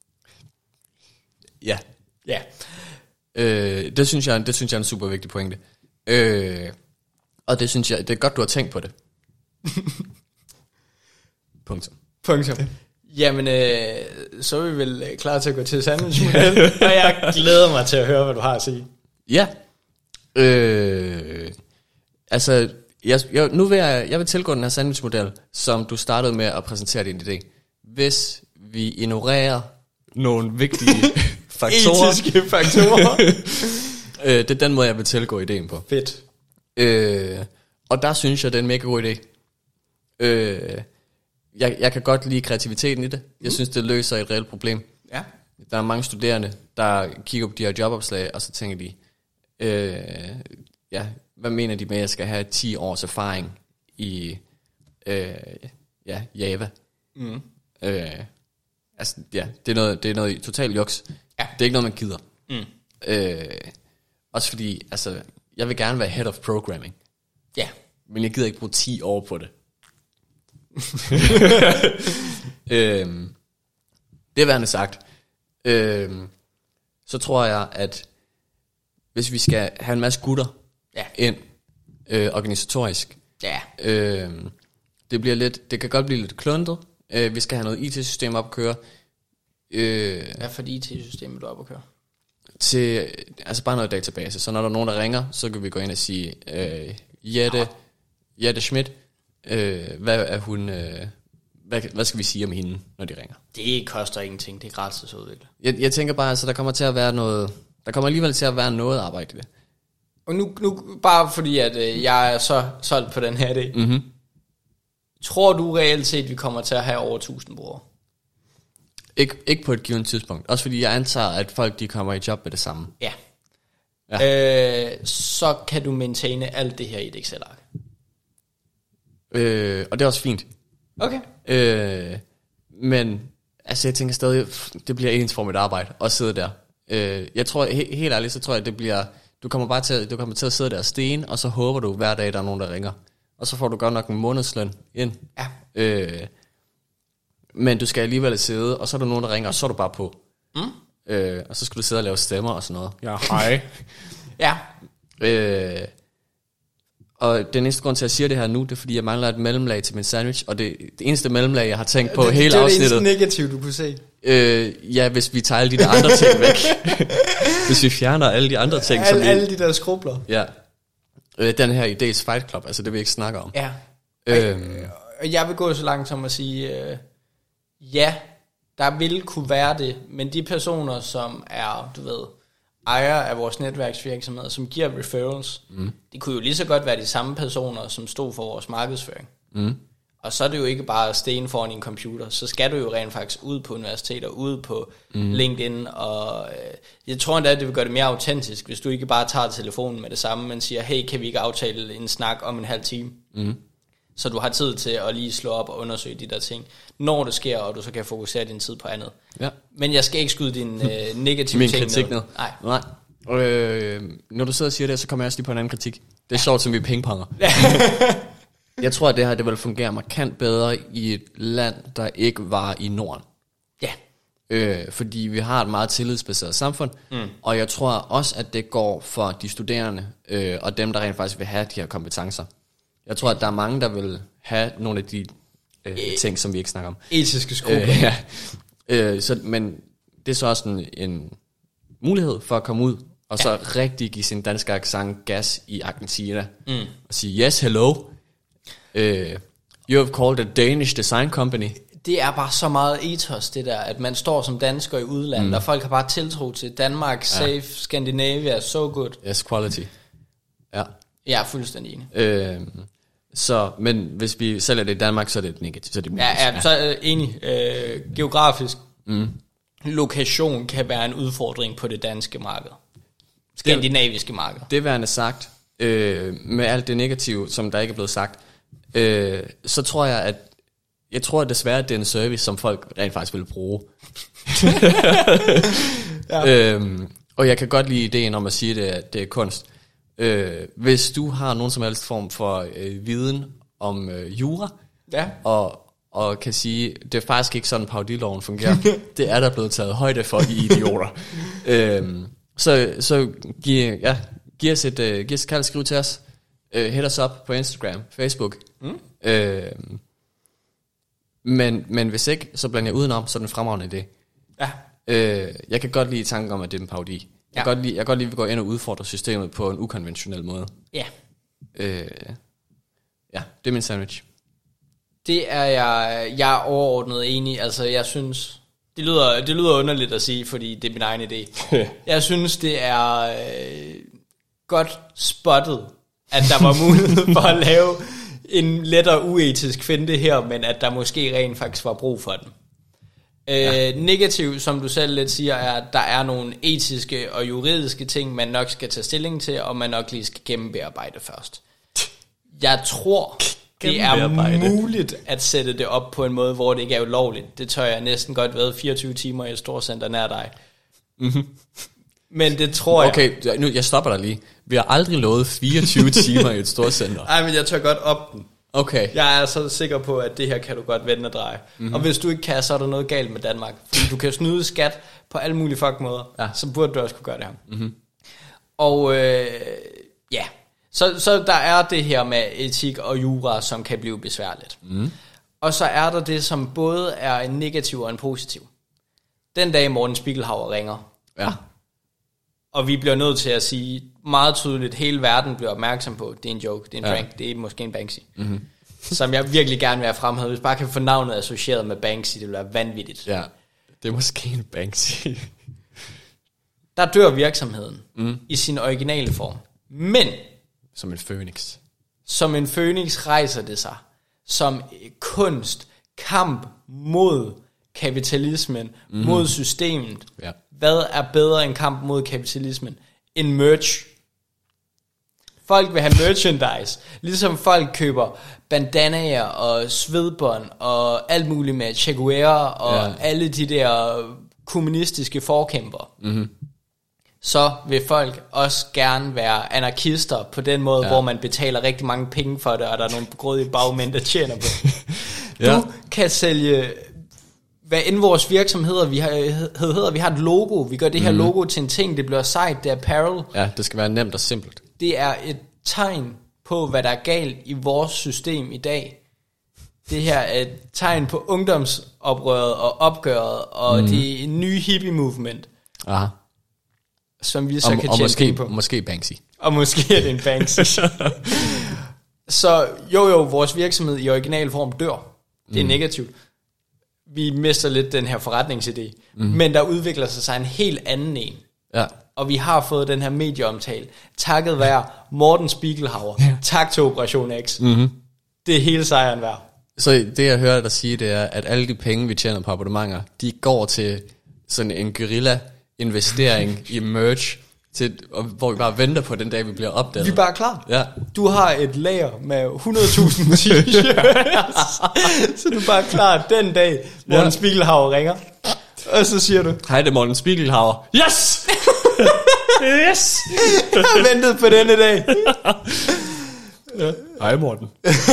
Ja. Ja. Øh, det synes jeg, det synes jeg er en super vigtig pointe. Øh, og det synes jeg, det er godt du har tænkt på det. Punktum. Punktum. Jamen, øh, så er vi vel klar til at gå til sandwichmodellen, og jeg glæder mig til at høre, hvad du har at sige. Ja. Øh, altså, jeg, jeg, nu vil jeg, jeg vil tilgå den her sandwichmodel, som du startede med at præsentere din idé. hvis vi ignorerer nogle vigtige faktorer. Etiske faktorer. øh, det er den måde, jeg vil tilgå ideen på. Fedt. Øh, og der synes jeg, det er en mega god idé. Øh, jeg, jeg kan godt lide kreativiteten i det. Jeg synes, det løser et reelt problem. Ja. Der er mange studerende, der kigger på de her jobopslag, og så tænker de, øh, ja, hvad mener de med, at jeg skal have ti års erfaring i øh, ja, Java? Mm. Øh, altså, ja, det er noget, det er noget totalt juks. Ja. Det er ikke noget, man gider. Mm. Øh, også fordi, altså, jeg vil gerne være head of programming. Ja. Men jeg gider ikke bruge ti år på det. øhm, det værende sagt. Øhm, så tror jeg, at hvis vi skal have en masse gutter Ja. ind, øh, organisatorisk, Ja. øh, det bliver lidt, det kan godt blive lidt kluntet. Øh, vi skal have noget I T-system op at køre. Øh, Hvad for et I T-system du op at køre? til, altså bare noget database. Så når der er nogen, der ringer, så kan vi gå ind og sige, øh, Jette, Jette Schmidt, øh, hvad er hun, øh, hvad, hvad skal vi sige om hende, når de ringer? Det koster ingenting, det er gratis at udvikle. Jeg, jeg tænker bare, altså der kommer til at være noget, der kommer alligevel til at være noget arbejde i det. Og nu, nu bare fordi, at øh, jeg er så solgt på den her idé. Mm-hmm. Tror du reelt set, at vi kommer til at have over tusind brugere? Ik, ikke på et givet tidspunkt. Også fordi jeg antager, at folk de kommer i job med det samme. Ja. Ja. Øh, så kan du maintaine alt det her i et Excel-ark. Øh, og det er også fint. Okay. Øh, men altså jeg tænker stadig, det bliver ensformigt arbejde at sidde der. Øh, jeg tror, he, helt ærligt, så tror jeg, det bliver, du kommer bare til, du kommer til at sidde der og sten, og så håber du hver dag, der er nogen, der ringer. Og så får du godt nok en månedsløn ind. Ja. Øh, men du skal alligevel sidde, og så er der nogen, der ringer, og så er du bare på. Mm. Øh, og så skal du sidde og lave stemmer og sådan noget. Ja, hej. Ja. øh, og den eneste grund til, at jeg siger det her nu, det er, fordi jeg mangler et mellemlag til min sandwich, og det, det eneste mellemlag, jeg har tænkt på det, hele det er afsnittet. Det eneste negativ, du kunne se. Øh, ja, hvis vi tager alle de der andre ting væk. Hvis vi fjerner alle de andre ting. Alle, vi, alle de der skrubler. Ja. Øh, den her Idés Fight Club, altså det vil jeg ikke snakke om. Ja. Øhm. Og jeg vil gå så langt som at sige, øh, ja, der vil kunne være det, men de personer, som er, du ved, ejer af vores netværksvirksomheder, som giver referrals, mm. det kunne jo lige så godt være de samme personer, som stod for vores markedsføring. Mm. Og så er det jo ikke bare at sten foran en computer, så skal du jo rent faktisk ud på universiteter, ud på mm. LinkedIn, og øh, jeg tror endda, at det vil gøre det mere autentisk, hvis du ikke bare tager telefonen med det samme, men siger, hey, kan vi ikke aftale en snak om en halv time? Mm. Så du har tid til at lige slå op og undersøge de der ting, når det sker, og du så kan fokusere din tid på andet. Ja. Men jeg skal ikke skyde din øh, negative Min ting kritik ned. Nej. Nej. Øh, når du sidder og siger det, så kommer jeg også lige på en anden kritik. Det er sjovt, som vi pingponger. Jeg tror, at det her det vil fungere markant bedre i et land, der ikke var i Norden. Ja. Øh, fordi vi har et meget tillidsbaseret samfund, mm. og jeg tror også, at det går for de studerende, øh, og dem, der rent faktisk vil have de her kompetencer. Jeg tror, at der er mange, der vil have nogle af de øh, ting, som vi ikke snakker om. Etiske skrubler. Øh, ja. øh, så, men det er så også en, en mulighed for at komme ud, og så ja. rigtig give sin danske accent gas i Argentina, mm. og sige, yes, hello, uh, you have called a Danish design company. Det er bare så meget ethos, det der, at man står som dansker i udlandet, mm. og folk har bare tiltro til Danmark, ja. Safe, Scandinavia, so good. Yes, quality. Ja. Jeg er fuldstændig enig. Øh, så, men hvis vi sælger det i Danmark, så er det negativt. Så er det minus. Ja, ja, så er jeg enig. Øh, geografisk mm. lokation kan være en udfordring på det danske marked. Skandinaviske marked. Det værende sagt, øh, med alt det negative, som der ikke er blevet sagt, øh, så tror jeg, at jeg tror at desværre, at det er en service, som folk rent faktisk vil bruge. ja. øhm, og jeg kan godt lide ideen om at sige, at det, det er kunst. Øh, hvis du har nogen som helst form for øh, viden om øh, jura, ja. og, og kan sige, det er faktisk ikke sådan, paudiloven fungerer. Det er der blevet taget højde for, I idioter. øhm, så så giv, ja, giv os et, uh, giv os et kald, skriv til os. Uh, hit os op på Instagram, Facebook. Mm. Øh, men, men hvis ikke, så blander jeg udenom, så er den fremragende idé. Ja. Øh, jeg kan godt lide tanken om, at det er en parodi. Jeg, ja. kan godt lide, jeg kan godt lide, at vi går ind og udfordrer systemet på en ukonventionel måde. Ja. Øh, ja, det er min sandwich. Det er jeg, jeg er overordnet enig. Altså, jeg synes, det lyder, det lyder underligt at sige, fordi det er min egen idé. Jeg synes, det er øh, godt spottet, at der var mulighed for at lave en lettere uetisk finte her, men at der måske rent faktisk var brug for den. Øh, ja. Negativ, som du selv lidt siger, er, at der er nogle etiske og juridiske ting, man nok skal tage stilling til, og man nok lige skal gennembearbejde først. Jeg tror, det er muligt at sætte det op på en måde, hvor det ikke er ulovligt. Det tør jeg næsten godt ved fireogtyve timer i et storcenter nær dig. Mm-hmm. Men det tror okay, jeg... Okay, nu jeg stopper dig lige. Vi har aldrig lovet fireogtyve timer i et storcenter. Nej, men jeg tør godt op den. Okay. Jeg er så sikker på, at det her kan du godt vende og dreje. Mm-hmm. Og hvis du ikke kan, så er der noget galt med Danmark. Fordi du kan snyde skat på alle mulige fuck måder. Ja. Så burde du også kunne gøre det her. Mm-hmm. Og øh, ja, så, så der er det her med etik og jura, som kan blive besværligt. Mm. Og så er der det, som både er en negativ og en positiv. Den dag Morten Spiegelhauer ringer. Ja. Og vi bliver nødt til at sige meget tydeligt, hele verden bliver opmærksom på, det er en joke, det er en prank, ja. Det er måske en Banksy. Mm-hmm. Som jeg virkelig gerne vil have fremhævet. Hvis bare kan få navnet associeret med Banksy, det vil være vanvittigt. Ja, det er måske en Banksy. Der dør virksomheden mm. i sin originale form. Men som en fønix. Som en fønix rejser det sig. Som kunst, kamp mod kapitalismen, mm-hmm. mod systemet. Ja. Hvad er bedre end kamp mod kapitalismen? En merch. Folk vil have merchandise. Ligesom folk køber bandanaer og svedbånd og alt muligt med Che Guevara og ja. Alle de der kommunistiske forkæmpere. Mm-hmm. Så vil folk også gerne være anarkister på den måde, ja. Hvor man betaler rigtig mange penge for det, og der er nogle grådige bagmænd, der tjener på det. Ja. Du kan sælge... Hvad end vores virksomheder, vi har, hedder, vi har et logo, vi gør det her mm. logo til en ting, det bliver sejt, det er apparel. Ja, det skal være nemt og simpelt. Det er et tegn på, hvad der er galt i vores system i dag. Det her er et tegn på ungdomsoprøret og opgøret, og mm. det nye hippie movement. Aha. Som vi så og, kan og tjene måske, på. måske Banksy. Og måske er det en Banksy. Så jo jo, vores virksomhed i original form dør. Det er mm. negativt. Vi mister lidt den her forretningsidé. Mm. Men der udvikler sig sig en helt anden en. Ja. Og vi har fået den her medieomtale. Takket være Morten Spiegelhauer. Ja. Tak til Operation X. Mm-hmm. Det er hele sejren værd. Så det jeg hører dig sige, det er, at alle de penge, vi tjener på abonnementer, de går til sådan en guerilla investering i merch, til, hvor vi bare venter på den dag, vi bliver opdaget. Vi er bare klar. Ja. Du har et lager med hundrede tusind t-shirts, så du er bare klar den dag, Morten ja. Spiegelhauer ringer. Og så siger du, hej, det er Morten Spiegelhauer. Yes! Yes! Jeg har ventet på denne dag. Ja. Hej Morten.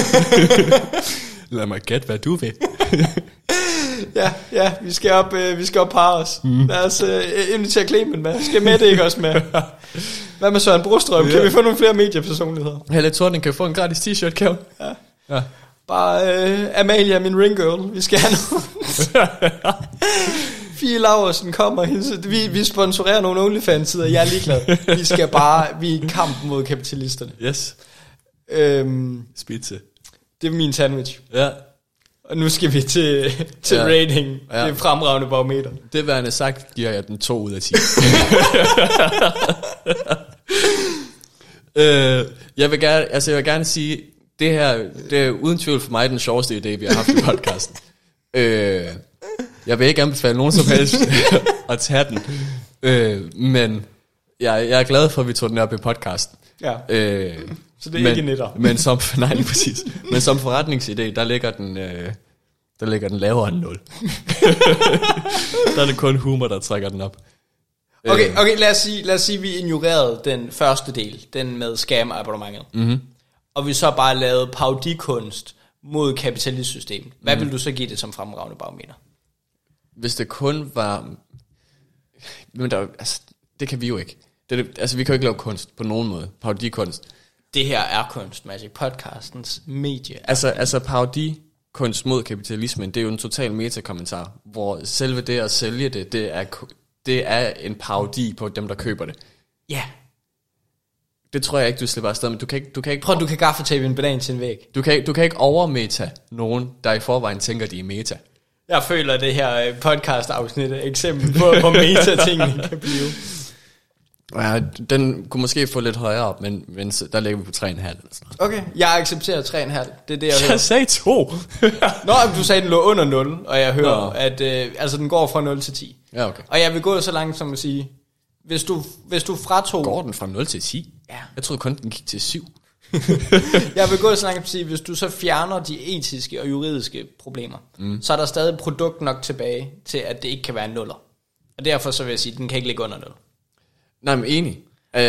Lad mig gætte, hvad du vil. Ja, ja, vi skal op, øh, vi skal op par os. Mm. Lad os øh, invitere Clemen med. Skal med det ikke også med? Hvad med Søren Brostrøm? Ja. Kan vi få nogle flere mediepersonligheder? Helle Thorning kan få en gratis t-shirt, kan ja. ja. Bare øh, Amalia, min ring girl. Vi skal have noget. Fie Laursen kommer. Vi, vi sponsorerer nogle OnlyFans-sider. Jeg er ligeglad. Vi skal bare, vi er i kamp mod kapitalisterne. Yes. Øhm, Spidse. Det er min sandwich. Ja. Og nu skal vi til, til ja. rating. Ja. Det er fremragende barometer. Det værende sagt, giver jeg den to ud af ti. øh, jeg, vil gerne, altså jeg vil gerne sige, det her, det er uden tvivl for mig den sjoveste idé, vi har haft i podcasten. øh, jeg vil ikke anbefale nogen som helst at tage den. Øh, men jeg, jeg er glad for, at vi tog den op i podcasten. Ja. Øh, Så det er men, ikke en etter. Men som, nej, lige præcis. Men som forretningsidé, der ligger den, øh, der ligger den lavere end nul. Der er det kun humor, der trækker den op. Okay, okay lad, os sige, lad os sige, at vi ignorerede den første del, den med scam-abonnementet. Mm-hmm. Og vi så bare lavede parodikunst mod kapitalistsystemet. Hvad mm. vil du så give det som fremragende barometer? Hvis det kun var... Men der, altså, det kan vi jo ikke. Det, altså, vi kan jo ikke lave kunst på nogen måde. Parodikunst. Det her er Kunst Magic podcastens medie. Altså, altså parodikunst mod kapitalismen, det er jo en total metakommentar, hvor selve det at sælge det, det er, det er en parodi på dem, der køber det. Ja. Det tror jeg ikke, du slipper afsted, men du kan ikke... Du kan ikke Prøv, du kan gaffatape en banan til en væg. Du kan, du kan ikke overmeta nogen, der i forvejen tænker, de er meta. Jeg føler, det her podcast-afsnit er eksempel på, hvor meta-tingene kan blive. Ja, den kunne måske få lidt højere op, men, men der ligger vi på tre komma fem eller sådan noget. Okay, jeg accepterer tre komma fem. Det er det, jeg, jeg hører. sagde to. Nå, du sagde, den lå under nul, og jeg hører, Nå. at øh, altså, den går fra nul til ti. Ja, okay. Og jeg vil gå så langt som at sige, hvis du, hvis du fratog... Går den fra nul til ti? Ja. Jeg troede kun, den gik til syv. Jeg vil gå så langt som at sige, hvis du så fjerner de etiske og juridiske problemer, mm. så er der stadig produkt nok tilbage til, at det ikke kan være en nuller. Og derfor så vil jeg sige, at den kan ikke ligge under nul. Nej, men enig. Øh,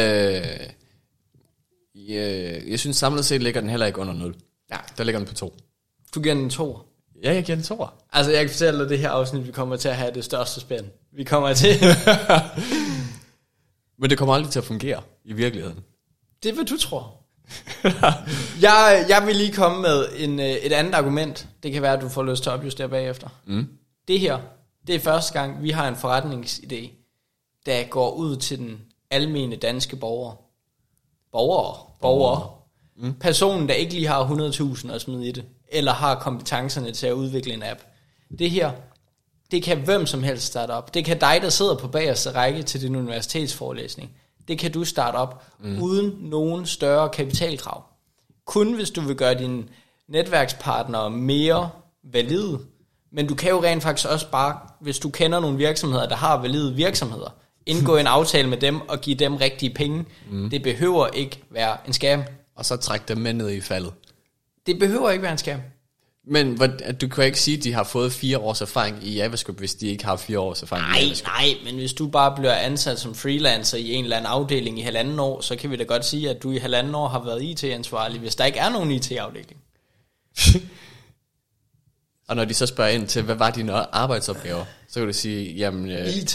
jeg, jeg synes samlet set ligger den heller ikke under nul. Ja, der ligger den på to. Du giver den en to. Ja, jeg giver den to. Altså, jeg kan fortælle dig, det her afsnit, vi kommer til at have det største spænd. Vi kommer til... Men det kommer aldrig til at fungere i virkeligheden. Det er, hvad du tror. jeg, jeg vil lige komme med en, et andet argument. Det kan være, at du får lyst til at opjustere bagefter. Mm. Det her, det er første gang, vi har en forretningsidé, der går ud til den almene danske borger. Borgere. Borgere. Mm. Personen, der ikke lige har hundrede tusind at smide i det, eller har kompetencerne til at udvikle en app. Det her, det kan hvem som helst starte op. Det kan dig, der sidder på bagerste række til din universitetsforelæsning. Det kan du starte op mm. uden nogen større kapitalkrav. Kun hvis du vil gøre dine netværkspartnere mere valide. Men du kan jo rent faktisk også bare, hvis du kender nogle virksomheder, der har valide virksomheder, indgå en aftale med dem og give dem rigtige penge. Mm. Det behøver ikke være en scam. Og så trække dem med ned i faldet. Det behøver ikke være en scam. Men du kan ikke sige, at de har fået fire års erfaring i JavaScript, hvis de ikke har fire års erfaring nej, i JavaScript. Nej, men hvis du bare bliver ansat som freelancer i en eller anden afdeling i halvanden år, så kan vi da godt sige, at du i halvanden år har været I T-ansvarlig, hvis der ikke er nogen I T-afdeling. Og når de så spørger ind til, hvad var dine arbejdsopgaver, så kan du sige, jamen... Øh, I T.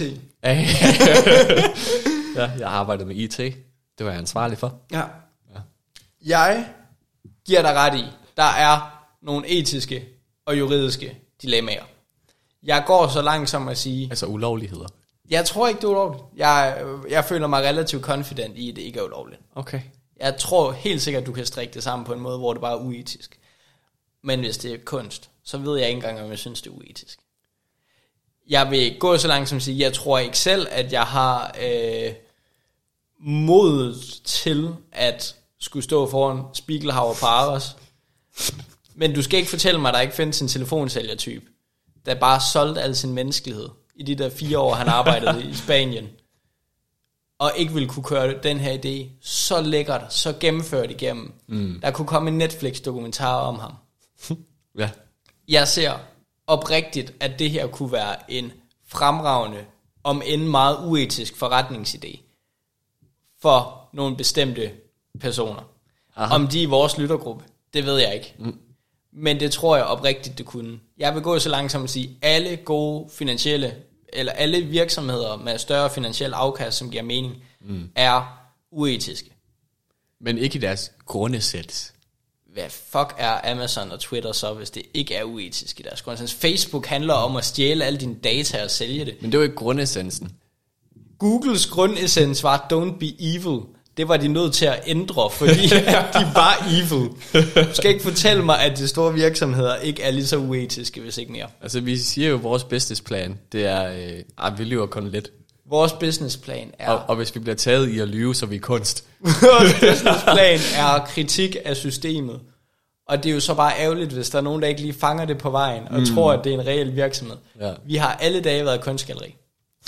Ja, jeg arbejdede med I T. Det var jeg ansvarlig for. Ja. ja. Jeg giver dig ret i, der er nogle etiske og juridiske dilemmaer. Jeg går så langt som at sige... Altså ulovligheder? Jeg tror ikke, det er ulovligt. Jeg, jeg føler mig relativt confident i, at det ikke er ulovligt. Okay. Jeg tror helt sikkert, at du kan strikke det sammen på en måde, hvor det bare er uetisk. Men hvis det er kunst, så ved jeg ikke engang, om jeg synes, det er uetisk. Jeg vil gå så langt som at sige, jeg tror ikke selv, at jeg har øh, modet til at skulle stå foran Spiegelhauer på Aros. Men du skal ikke fortælle mig, at der ikke findes en telefonsælgertype, der bare solgte al sin menneskelighed i de der fire år, han arbejdede i Spanien, og ikke ville kunne køre den her idé så lækkert, så gennemført igennem. Mm. Der kunne komme en Netflix-dokumentar om ham. Ja. Jeg ser oprigtigt, at det her kunne være en fremragende, om end meget uetisk forretningsidé for nogle bestemte personer. Aha. Om de er i vores lyttergruppe, det ved jeg ikke. Mm. Men det tror jeg oprigtigt, det kunne. Jeg vil gå så langt som at sige, alle gode finansielle, eller alle virksomheder med større finansiel afkast, som giver mening, mm. er uetiske. Men ikke i deres grundesæt. Hvad fuck er Amazon og Twitter så, hvis det ikke er uetisk i deres grundessens? Facebook handler om at stjæle alle dine data og sælge det. Men det er jo ikke grundessensen. Googles grundessens var don't be evil. Det var de nødt til at ændre, fordi de var evil. Du skal ikke fortælle mig, at de store virksomheder ikke er lige så uetiske, hvis ikke mere. Altså vi siger jo, at vores businessplan, det er, øh, at vi lyver kun lidt. Vores businessplan er... Og, og hvis vi bliver taget i at lyve, så er vi kunst. Vores businessplan er kritik af systemet. Og det er jo så bare ærgerligt, hvis der er nogen, der ikke lige fanger det på vejen, og mm. tror, at det er en reel virksomhed. Ja. Vi har alle dage været kunstgalleri.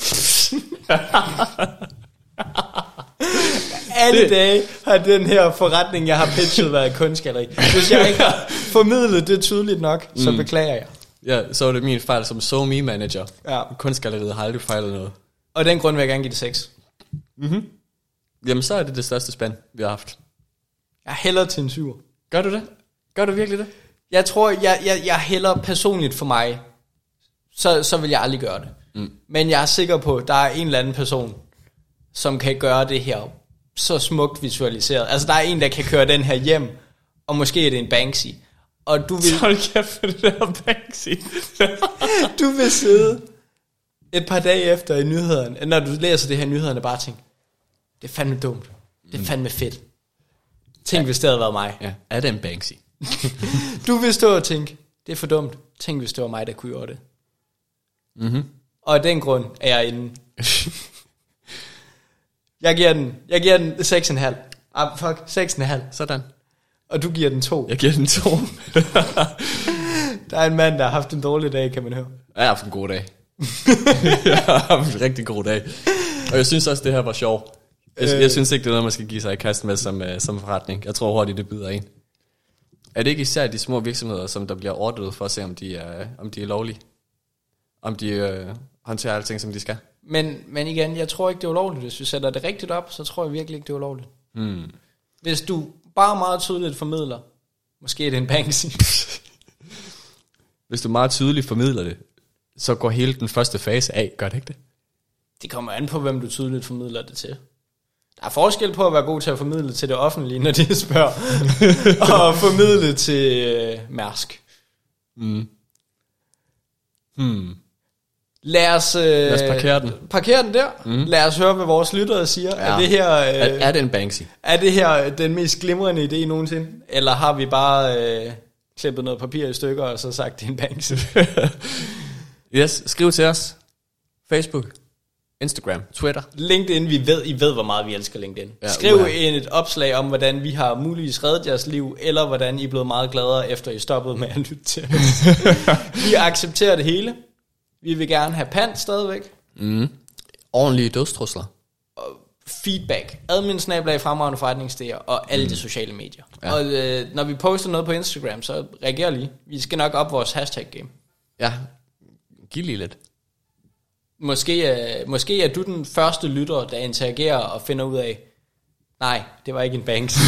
Alle det. dage har den her forretning, jeg har pitchet, været kunstgalleri. Hvis jeg ikke har formidlet det tydeligt nok, så mm. beklager jeg. Ja, så var det min fejl som SoMe manager. Ja. Kunstgalleriet har aldrig fejlet noget. Og den grund vil jeg gerne give det seks. Mhm. Jamen så er det det største spand, vi har haft. Jeg hælder til en syver. Gør du det? Gør du virkelig det? Jeg tror, jeg, jeg, jeg hælder personligt for mig, så, så vil jeg aldrig gøre det. Mm. Men jeg er sikker på, at der er en eller anden person, som kan gøre det her så smukt visualiseret. Altså der er en, der kan køre den her hjem, og måske er det en Banksy. Og du vil... Hold kæft for det der Banksy. Du vil sidde et par dage efter i nyhederne, når du læser det her i nyhederne, bare tænke, det er fandme dumt. Det er fandme fedt. Tænk, hvis det havde været mig. Ja, er det en Banksy? Du vil stå og tænke, det er for dumt. Tænk, hvis det var mig, der kunne gøre det. Mhm. Og af den grund er jeg inde. Jeg giver den, jeg giver den seks komma fem. Ah, fuck, seks komma fem. Sådan. Og du giver den to. Jeg giver den to. Der er en mand, der har haft en dårlig dag, kan man høre. Jeg har haft en god dag. Jeg har haft en rigtig god dag. Og jeg synes også, det her var sjovt. Jeg, øh. jeg synes ikke, det er noget, man skal give sig i kast med som, uh, som forretning. Jeg tror hurtigt, det byder en. Er det ikke især de små virksomheder, som der bliver ordnet for at se, om de er, om de er lovlige? Om de uh, håndterer alting, som de skal? Men, men igen, jeg tror ikke, det er ulovligt. Hvis vi sætter det rigtigt op, så tror jeg virkelig ikke, det er ulovligt. Hmm. Hvis du bare meget tydeligt formidler, måske er det en Banksy. Hvis du meget tydeligt formidler det, så går hele den første fase af, gør det ikke det? Det kommer an på, hvem du tydeligt formidler det til. Der er forskel på at være god til at formidle til det offentlige, når de spørger, og formidle til øh, Mærsk. Mm. Hmm. Lad os, øh, Lad os parkere den. Parkere den der. Mm. Lad os høre, hvad vores lyttere siger. Ja. Er det her, øh, er, er det en Banksy? Er det her den mest glimrende idé nogensinde? Eller har vi bare øh, klippet noget papir i stykker, og så sagt, det er en Banksy? Yes, skriv til os. Facebook, Instagram, Twitter. LinkedIn, vi ved, I ved, hvor meget vi elsker LinkedIn. Ja, Skriv uha. ind et opslag om, hvordan vi har muligvis reddet jeres liv, eller hvordan I er blevet meget gladere, efter I stoppede med at lytte til os. Vi accepterer det hele. Vi vil gerne have pant stadigvæk. Mm. Ordentlige dødstrusler. Feedback. Admin snablag fremragende forretningsidéer og alle mm. de sociale medier. Ja. Og øh, når vi poster noget på Instagram, så reagerer lige. Vi skal nok op vores hashtag game. Ja, giv lige lidt. Måske, øh, måske er du den første lytter, der interagerer og finder ud af, nej, det var ikke en Banksy.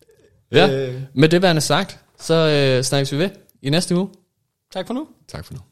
Ja, øh. med det værende sagt, så øh, snakkes vi ved i næste uge. Tak for nu. Tak for nu.